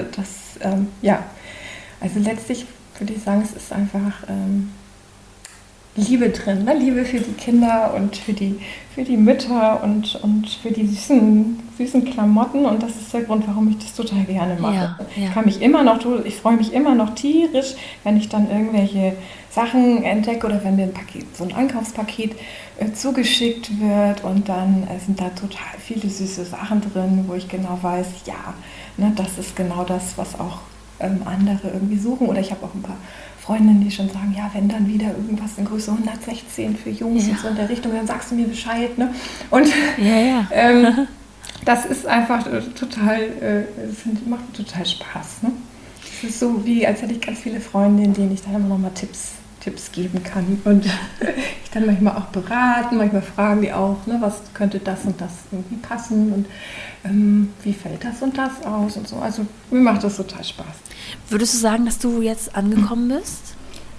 also letztlich würde ich sagen, es ist einfach Liebe drin, ne? Liebe für die Kinder und für die Mütter und für die süßen Klamotten, und das ist der Grund, warum ich das total gerne mache. Ich freue mich immer noch tierisch, wenn ich dann irgendwelche Sachen entdecke oder wenn mir so ein Einkaufspaket zugeschickt wird und dann sind da total viele süße Sachen drin, wo ich genau weiß, das ist genau das, was auch andere irgendwie suchen. Oder ich habe auch ein paar Freundinnen, die schon sagen, wenn dann wieder irgendwas in Größe 116 für Jungs und so in der Richtung, dann sagst du mir Bescheid. Ne? Und das ist einfach macht total Spaß. Ne? Es ist so wie, als hätte ich ganz viele Freundinnen, denen ich dann immer noch mal Tipps geben kann. Und ich dann manchmal auch beraten, manchmal fragen die auch, ne, was könnte das und das irgendwie passen und wie fällt das und das aus und so. Also mir macht das total Spaß. Würdest du sagen, dass du jetzt angekommen bist?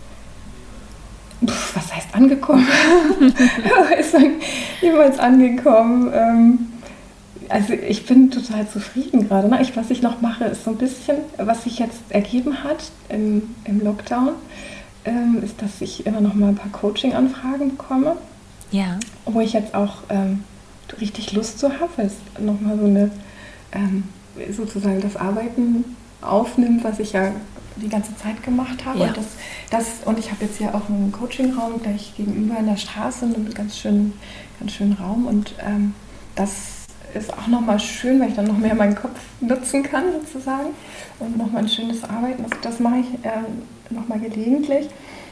Was heißt angekommen? Ist man jemals angekommen? Also ich bin total zufrieden gerade. Ne? Was ich noch mache, ist so ein bisschen, was sich jetzt ergeben hat im Lockdown, ist, dass ich immer noch mal ein paar Coaching-Anfragen bekomme. Ja. Wo ich jetzt auch richtig Lust zu habe, weil es nochmal so eine sozusagen das Arbeiten aufnimmt, was ich ja die ganze Zeit gemacht habe. Ja. Und ich habe jetzt hier auch einen Coaching-Raum gleich gegenüber in der Straße, einen ganz schönen Raum, und das ist auch nochmal schön, weil ich dann noch mehr meinen Kopf nutzen kann sozusagen und nochmal ein schönes Arbeiten. Also das mache ich nochmal gelegentlich.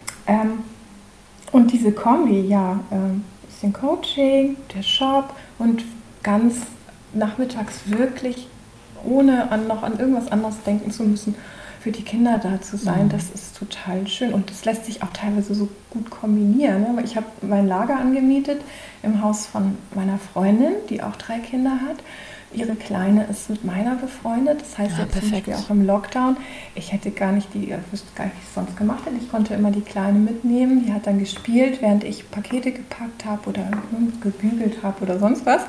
Und diese Kombi, bisschen Coaching, der Shop und ganz nachmittags wirklich, ohne noch an irgendwas anderes denken zu müssen, für die Kinder da zu sein, das ist total schön. Und das lässt sich auch teilweise so gut kombinieren. Ne? Ich habe mein Lager angemietet im Haus von meiner Freundin, die auch 3 Kinder hat. Ihre Kleine ist mit meiner befreundet. Das heißt, jetzt sind wir auch im Lockdown. Ich hätte wüsste gar nicht, wie ich es sonst gemacht hätte. Ich konnte immer die Kleine mitnehmen. Die hat dann gespielt, während ich Pakete gepackt habe oder gebügelt habe oder sonst was.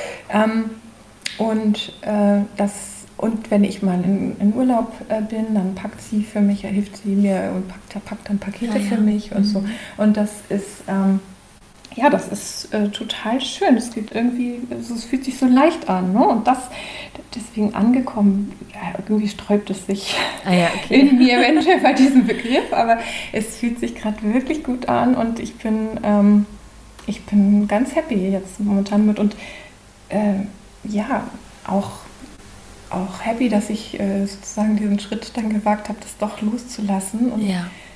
Und wenn ich mal in Urlaub bin, dann packt sie für mich, hilft sie mir und packt dann Pakete für mich und so. Und das ist, das ist total schön. Es gibt irgendwie, es fühlt sich so leicht an, ne? Und deswegen angekommen, irgendwie sträubt es sich in mir eventuell bei diesem Begriff, aber es fühlt sich gerade wirklich gut an und ich bin ich bin ganz happy jetzt momentan mit und auch happy, dass ich sozusagen diesen Schritt dann gewagt habe, das doch loszulassen. Und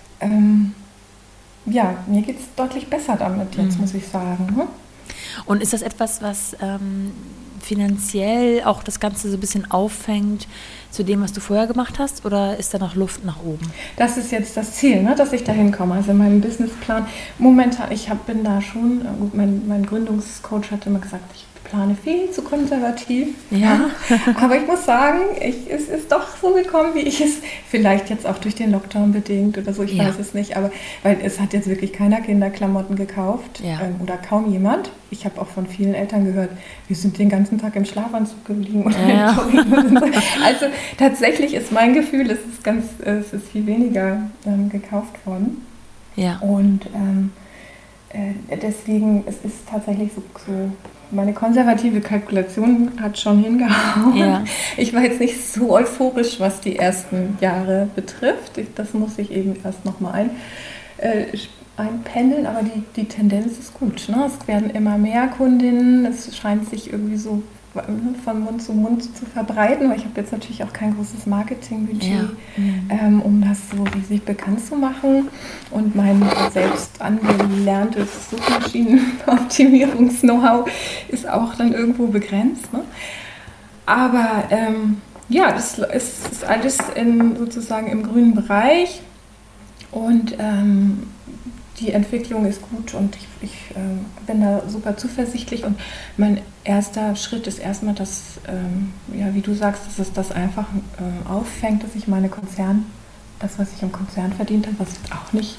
mir geht es deutlich besser damit jetzt, muss ich sagen. Ne? Und ist das etwas, was finanziell auch das Ganze so ein bisschen auffängt zu dem, was du vorher gemacht hast, oder ist da noch Luft nach oben? Das ist jetzt das Ziel, ne, dass ich da hinkomme. Also in meinem Businessplan, momentan, bin da schon, gut, mein Gründungscoach hat immer gesagt, ich plane viel zu konservativ. Ja. Aber ich muss sagen, es ist doch so gekommen, wie ich es vielleicht jetzt auch durch den Lockdown bedingt oder so, ich weiß es nicht, aber weil es hat jetzt wirklich keiner Kinderklamotten gekauft oder kaum jemand. Ich habe auch von vielen Eltern gehört, wir sind den ganzen Tag im Schlafanzug geblieben. Also tatsächlich ist mein Gefühl, es ist viel weniger gekauft worden. Ja. Und deswegen, es ist tatsächlich so meine konservative Kalkulation hat schon hingehauen. Ja. Ich war jetzt nicht so euphorisch, was die ersten Jahre betrifft. Das muss ich eben erst nochmal einpendeln, aber die Tendenz ist gut. Ne? Es werden immer mehr Kundinnen, es scheint sich irgendwie so von Mund zu Mund zu verbreiten, weil ich habe jetzt natürlich auch kein großes Marketingbudget, um das so riesig bekannt zu machen. Und mein selbst angelerntes Suchmaschinenoptimierungs-Know-how ist auch dann irgendwo begrenzt. Ne? Aber das ist alles sozusagen im grünen Bereich und die Entwicklung ist gut und ich bin da super zuversichtlich und mein erster Schritt ist erstmal, dass, wie du sagst, dass es das einfach auffängt, dass ich das, was ich im Konzern verdient habe, was auch nicht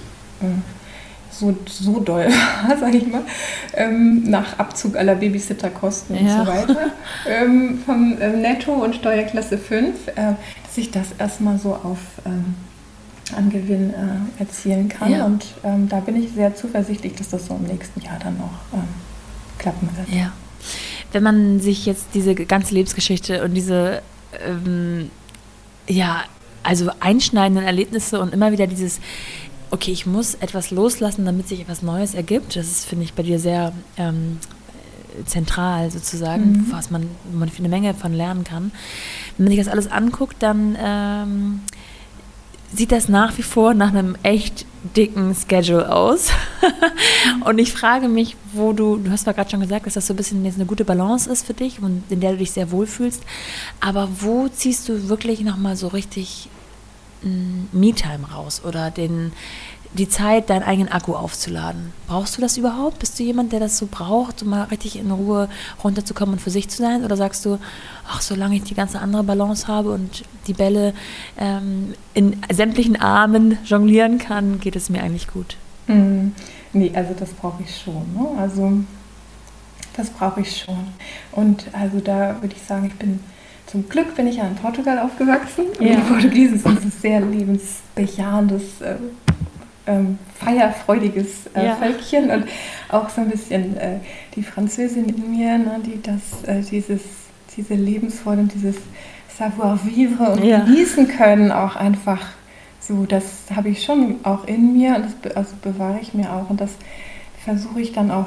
so doll war, sage ich mal, nach Abzug aller Babysitterkosten und so weiter, vom Netto und Steuerklasse 5, dass ich das erstmal so an Gewinn erzielen kann. Ja. Und da bin ich sehr zuversichtlich, dass das so im nächsten Jahr dann noch klappen wird. Ja. Wenn man sich jetzt diese ganze Lebensgeschichte und diese also einschneidenden Erlebnisse und immer wieder dieses, okay, ich muss etwas loslassen, damit sich etwas Neues ergibt, das ist, finde ich, bei dir sehr zentral sozusagen, wo man eine Menge von lernen kann. Wenn man sich das alles anguckt, dann sieht das nach wie vor nach einem echt dicken Schedule aus. Und ich frage mich, du hast zwar gerade schon gesagt, dass das so ein bisschen jetzt eine gute Balance ist für dich und in der du dich sehr wohlfühlst, aber wo ziehst du wirklich nochmal so richtig Me-Time raus oder die Zeit, deinen eigenen Akku aufzuladen? Brauchst du das überhaupt? Bist du jemand, der das so braucht, um mal richtig in Ruhe runterzukommen und für sich zu sein? Oder sagst du, ach, solange ich die ganze andere Balance habe und die Bälle in sämtlichen Armen jonglieren kann, geht es mir eigentlich gut? Nee, also das brauche ich schon. Ne? Also das brauche ich schon. Und also da würde ich sagen, zum Glück bin ich ja in Portugal aufgewachsen. Ja. Die Portugiesen sind ein sehr lebensbejahendes feierfreudiges Völkchen und auch so ein bisschen die Französin in mir, ne, die diese Lebensfreude und dieses Savoir-vivre und genießen können, auch einfach so, das habe ich schon auch in mir und das bewahre ich mir auch und das versuche ich dann auch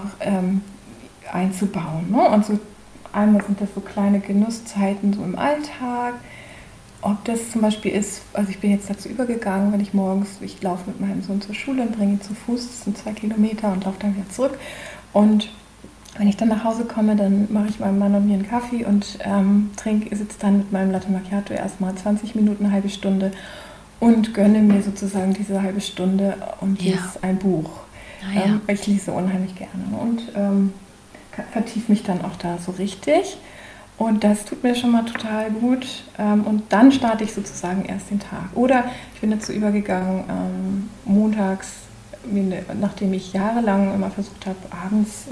einzubauen. Ne? Und so einmal sind das so kleine Genusszeiten so im Alltag. Ob das zum Beispiel ist, also ich bin jetzt dazu übergegangen, wenn ich laufe mit meinem Sohn zur Schule und bringe ihn zu Fuß, das sind 2 Kilometer und laufe dann wieder zurück. Und wenn ich dann nach Hause komme, dann mache ich meinem Mann und mir einen Kaffee und sitze dann mit meinem Latte Macchiato erstmal 20 Minuten, eine halbe Stunde und gönne mir sozusagen diese halbe Stunde und lese ein Buch. Ich lese unheimlich gerne und vertiefe mich dann auch da so richtig. Und das tut mir schon mal total gut. Und dann starte ich sozusagen erst den Tag. Oder ich bin dazu übergegangen, montags, nachdem ich jahrelang immer versucht habe, abends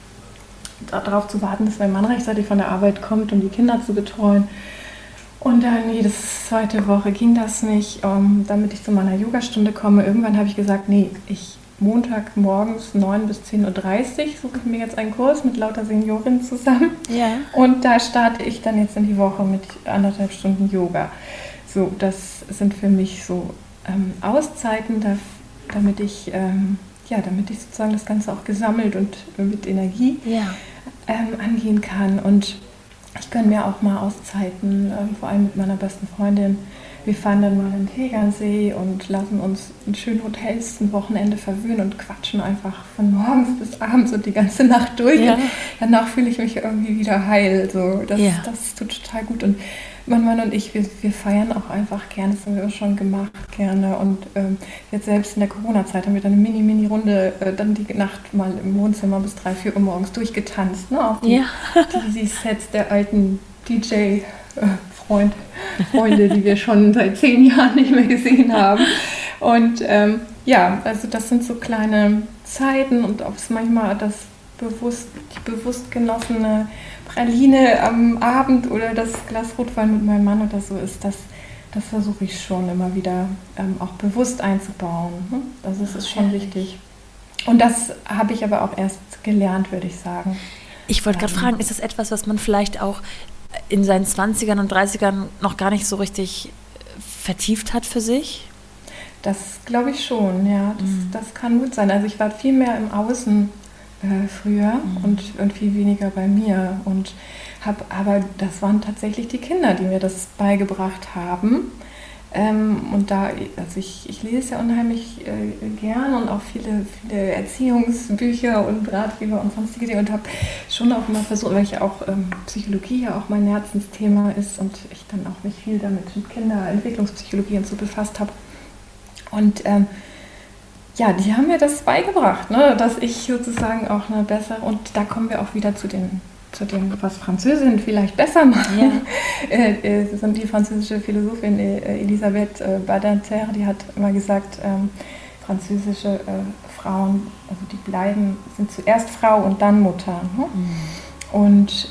darauf zu warten, dass mein Mann rechtzeitig von der Arbeit kommt, um die Kinder zu betreuen. Und dann jede zweite Woche ging das nicht, damit ich zu meiner Yogastunde komme. Irgendwann habe ich gesagt, nee, Montag morgens 9 bis 10.30 Uhr suche ich mir jetzt einen Kurs mit lauter Seniorinnen zusammen. Ja. Und da starte ich dann jetzt in die Woche mit 1,5 Stunden Yoga. So, das sind für mich so Auszeiten, damit ich damit ich sozusagen das Ganze auch gesammelt und mit Energie angehen kann. Und ich gönne mir auch mal Auszeiten, vor allem mit meiner besten Freundin. Wir fahren dann mal in den Tegernsee und lassen uns in schönen Hotels ein Wochenende verwöhnen und quatschen einfach von morgens bis abends und die ganze Nacht durch. Ja. Und danach fühle ich mich irgendwie wieder heil. So. Das tut total gut. Und mein Mann und ich, wir feiern auch einfach gerne, das haben wir auch schon gemacht, gerne. Und jetzt selbst in der Corona-Zeit haben wir dann eine Mini-Runde dann die Nacht mal im Wohnzimmer bis 3, 4 Uhr morgens durchgetanzt. Ne? Auf die Sets der alten DJ-Freunde, die wir schon seit 10 Jahren nicht mehr gesehen haben. Und also das sind so kleine Zeiten und ob es manchmal die bewusst genossene Praline am Abend oder das Glas Rotwein mit meinem Mann oder so ist, das versuche ich schon immer wieder auch bewusst einzubauen. Ne? Also es ist schon wichtig. Und das habe ich aber auch erst gelernt, würde ich sagen. Ich wollte gerade fragen, ist das etwas, was man vielleicht auch in seinen 20ern und 30ern noch gar nicht so richtig vertieft hat für sich? Das glaube ich schon, ja. Das kann gut sein. Also ich war viel mehr im Außen früher und viel weniger bei mir und aber das waren tatsächlich die Kinder, die mir das beigebracht haben. Und da, also ich lese ja unheimlich gern und auch viele Erziehungsbücher und Ratgeber und sonstige Dinge und habe schon auch immer versucht, weil ich auch Psychologie ja auch mein Herzensthema ist und ich dann auch mich viel damit mit Kinderentwicklungspsychologie und so befasst habe. Und die haben mir das beigebracht, ne, dass ich sozusagen auch eine bessere, und da kommen wir auch wieder zu dem, was Französinnen vielleicht besser machen. Ja. Die französische Philosophin Elisabeth Badinter, die hat immer gesagt, französische Frauen, also die sind zuerst Frau und dann Mutter. Ne? Und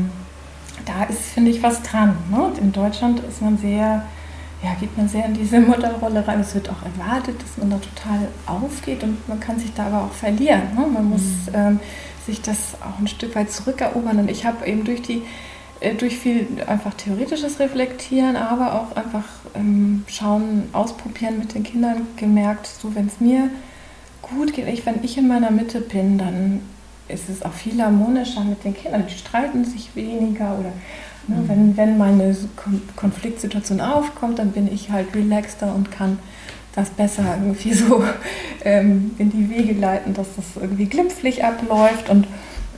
da ist, finde ich, was dran. Ne? Und in Deutschland ist man geht man sehr in diese Mutterrolle rein. Es wird auch erwartet, dass man da total aufgeht und man kann sich da aber auch verlieren. Ne? Man muss sich das auch ein Stück weit zurückerobern. Und ich habe eben durch viel einfach theoretisches Reflektieren, aber auch einfach schauen, ausprobieren mit den Kindern gemerkt, so wenn es mir gut geht, wenn ich in meiner Mitte bin, dann ist es auch viel harmonischer mit den Kindern. Die streiten sich weniger oder wenn mal eine Konfliktsituation aufkommt, dann bin ich halt relaxter und kann das besser irgendwie so in die Wege leiten, dass das irgendwie glimpflich abläuft. Und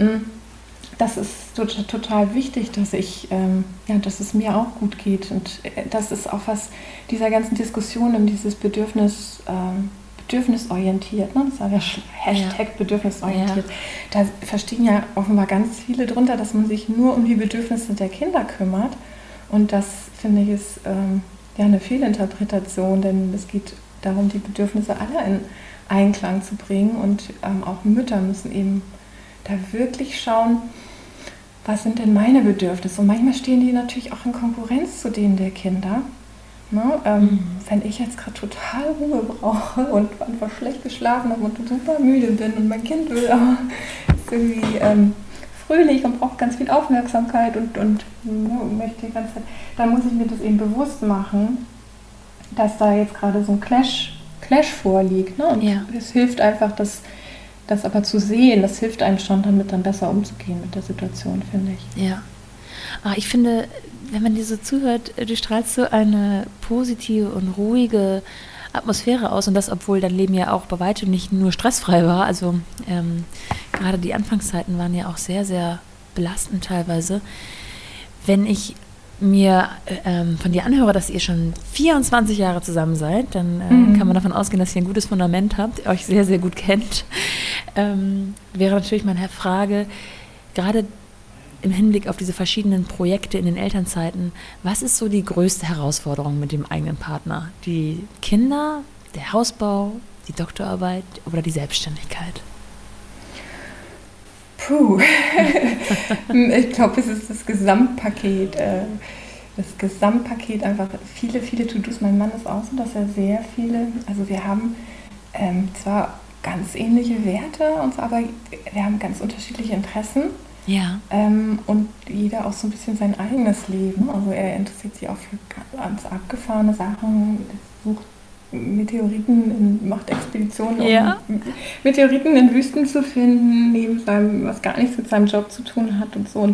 das ist total wichtig, dass dass es mir auch gut geht. Und das ist auch was dieser ganzen Diskussion dieses bedürfnisorientiert, ne? Das war der Hashtag bedürfnisorientiert. Da verstehen ja offenbar ganz viele drunter, dass man sich nur um die Bedürfnisse der Kinder kümmert. Und das, finde ich, ist eine Fehlinterpretation, denn es geht darum, die Bedürfnisse aller in Einklang zu bringen. Und auch Mütter müssen eben da wirklich schauen, was sind denn meine Bedürfnisse? Und manchmal stehen die natürlich auch in Konkurrenz zu denen der Kinder. Ne? Wenn ich jetzt gerade total Ruhe brauche und einfach schlecht geschlafen habe und super müde bin und mein Kind ist irgendwie fröhlich und braucht ganz viel Aufmerksamkeit und möchte die ganze Zeit, dann muss ich mir das eben bewusst machen, dass da jetzt gerade so ein Clash vorliegt. Ne? Und es hilft einfach, das aber zu sehen, das hilft einem schon, damit dann besser umzugehen mit der Situation, finde ich. Ja. Aber ich finde, wenn man dir so zuhört, du strahlst so eine positive und ruhige Atmosphäre aus und das, obwohl dein Leben ja auch bei weitem nicht nur stressfrei war. Also gerade die Anfangszeiten waren ja auch sehr, sehr belastend teilweise. Wenn ich mir von dir anhöre, dass ihr schon 24 Jahre zusammen seid, dann kann man davon ausgehen, dass ihr ein gutes Fundament habt, euch sehr, sehr gut kennt. Wäre natürlich meine Frage, gerade im Hinblick auf diese verschiedenen Projekte in den Elternzeiten, was ist so die größte Herausforderung mit dem eigenen Partner? Die Kinder, der Hausbau, die Doktorarbeit oder die Selbstständigkeit? Puh, ich glaube, es ist das Gesamtpaket. Einfach viele, viele To-Dos. Mein Mann ist auch so, dass er sehr viele, also wir haben zwar ganz ähnliche Werte, aber wir haben ganz unterschiedliche Interessen. Ja. Und jeder auch so ein bisschen sein eigenes Leben. Also er interessiert sich auch für ganz abgefahrene Sachen, sucht macht Expeditionen, um Meteoriten in Wüsten zu finden, neben seinem, was gar nichts mit seinem Job zu tun hat und so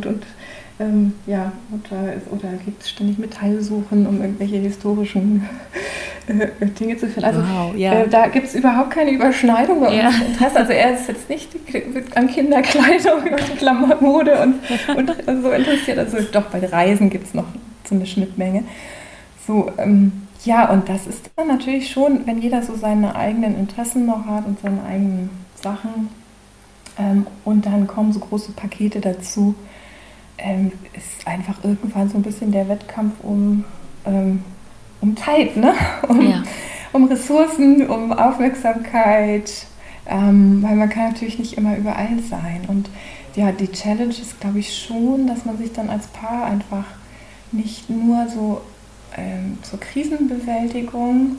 oder gibt ständig Metallsuchen, um irgendwelche historischen Dinge zu finden. Also da gibt es überhaupt keine Überschneidung bei uns im Interesse. Also er ist jetzt nicht an Kinderkleidung und Klamottenmode und so interessiert. Also doch, bei Reisen gibt es noch so eine Schnittmenge. So, und das ist dann natürlich schon, wenn jeder so seine eigenen Interessen noch hat und seine eigenen Sachen und dann kommen so große Pakete dazu, ist einfach irgendwann so ein bisschen der Wettkampf um Zeit, ne? Um Ressourcen, um Aufmerksamkeit, weil man kann natürlich nicht immer überall sein. Und ja, die Challenge ist, glaube ich, schon, dass man sich dann als Paar einfach nicht nur so zur Krisenbewältigung,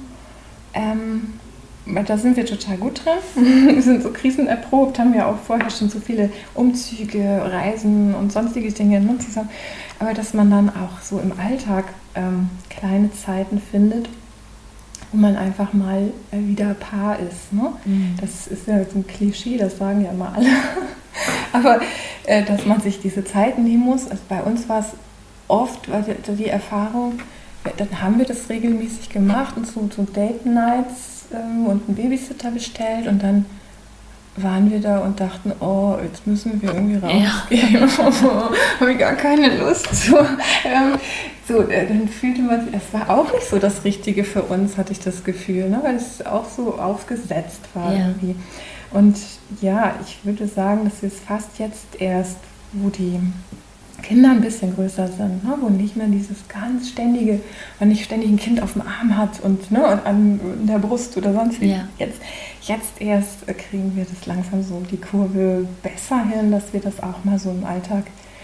da sind wir total gut drin. Wir sind so krisenerprobt, haben ja auch vorher schon so viele Umzüge, Reisen und sonstige Dinge zusammen. Aber dass man dann auch so im Alltag kleine Zeiten findet, wo man einfach mal wieder Paar ist. Ne? Das ist ja so ein Klischee, das sagen ja immer alle. Aber dass man sich diese Zeit nehmen muss. Also bei uns war es oft die Erfahrung, dann haben wir das regelmäßig gemacht und so Date-Nights und einen Babysitter bestellt und dann waren wir da und dachten, oh, jetzt müssen wir irgendwie rausgehen. Habe ich gar keine Lust zu. Dann fühlte man sich, es war auch nicht so das Richtige für uns, hatte ich das Gefühl, ne? Weil es auch so aufgesetzt war irgendwie. Und ja, ich würde sagen, dass wir es fast jetzt erst, wo die Kinder ein bisschen größer sind, ne, wo nicht mehr dieses ganz ständige, man nicht ständig ein Kind auf dem Arm hat und an der Brust oder sonst wie. Jetzt erst kriegen wir das langsam so die Kurve besser hin, dass wir das auch mal so im Alltag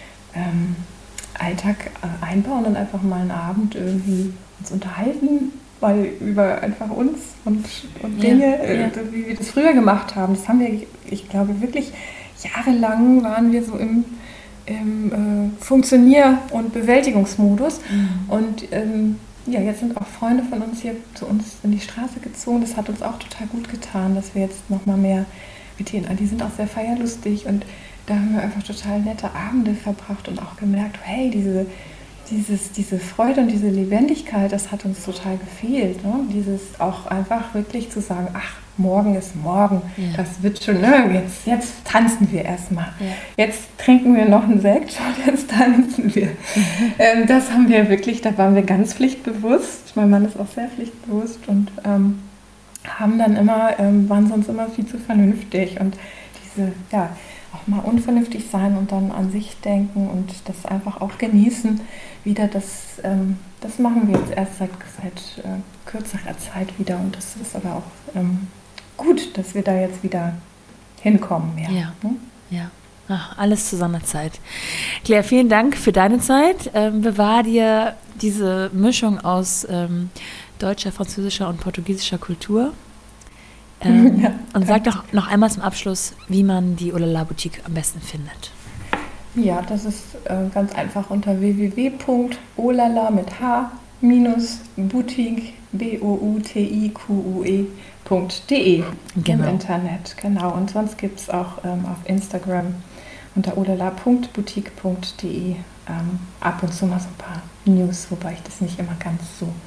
einbauen und einfach mal einen Abend irgendwie uns unterhalten, weil über einfach uns und Dinge, wie wir das früher gemacht haben. Das haben wir, ich glaube, wirklich jahrelang waren wir so im Funktionier- und Bewältigungsmodus. Und jetzt sind auch Freunde von uns hier zu uns in die Straße gezogen. Das hat uns auch total gut getan, dass wir jetzt noch mal mehr mit denen, die sind auch sehr feierlustig und da haben wir einfach total nette Abende verbracht und auch gemerkt, hey, diese Freude und diese Lebendigkeit, das hat uns total gefehlt. Ne? Dieses auch einfach wirklich zu sagen, ach, morgen ist morgen, das wird schon, ne? Jetzt tanzen wir erstmal. Jetzt trinken wir noch einen Sekt und jetzt tanzen wir. Das haben wir wirklich, da waren wir ganz pflichtbewusst. Mein Mann ist auch sehr pflichtbewusst und haben dann immer, waren sonst immer viel zu vernünftig und diese, auch mal unvernünftig sein und dann an sich denken und das einfach auch genießen wieder, das machen wir jetzt erst seit kürzerer Zeit wieder und das ist aber auch gut, dass wir da jetzt wieder hinkommen. Ja. Ach, alles zu seiner Zeit. Claire, vielen Dank für deine Zeit. Bewahr dir diese Mischung aus deutscher, französischer und portugiesischer Kultur. Und sag doch noch einmal zum Abschluss, wie man die Olala Boutique am besten findet. Ja, das ist ganz einfach unter www.olala mit h-boutique boutique.de im Internet. Genau. Und sonst gibt es auch auf Instagram unter olala.boutique.de ab und zu mal so ein paar News, wobei ich das nicht immer ganz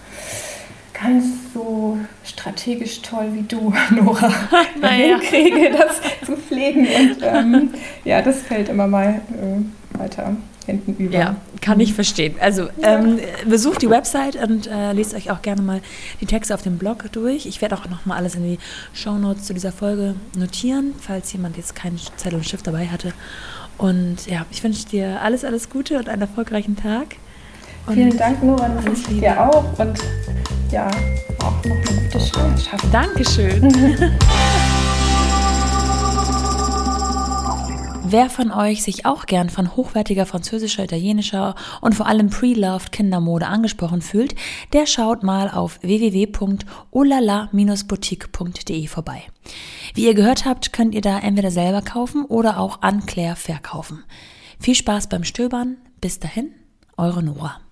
so strategisch toll wie du, Nora, hinkriege, das zu pflegen. Und das fällt immer mal weiter hinten über. Ja, kann ich verstehen. Also besucht die Website und lest euch auch gerne mal die Texte auf dem Blog durch. Ich werde auch noch mal alles in die Shownotes zu dieser Folge notieren, falls jemand jetzt keinen Zettel und Stift dabei hatte. Und ja, ich wünsche dir alles Gute und einen erfolgreichen Tag. Und vielen Dank, Nora, das wünsche ich dir auch. Und ja, auch noch eine gute Schwangerschaft. Dankeschön. Wer von euch sich auch gern von hochwertiger französischer, italienischer und vor allem pre-loved Kindermode angesprochen fühlt, der schaut mal auf www.olala-boutique.de vorbei. Wie ihr gehört habt, könnt ihr da entweder selber kaufen oder auch an Claire verkaufen. Viel Spaß beim Stöbern. Bis dahin, eure Nora.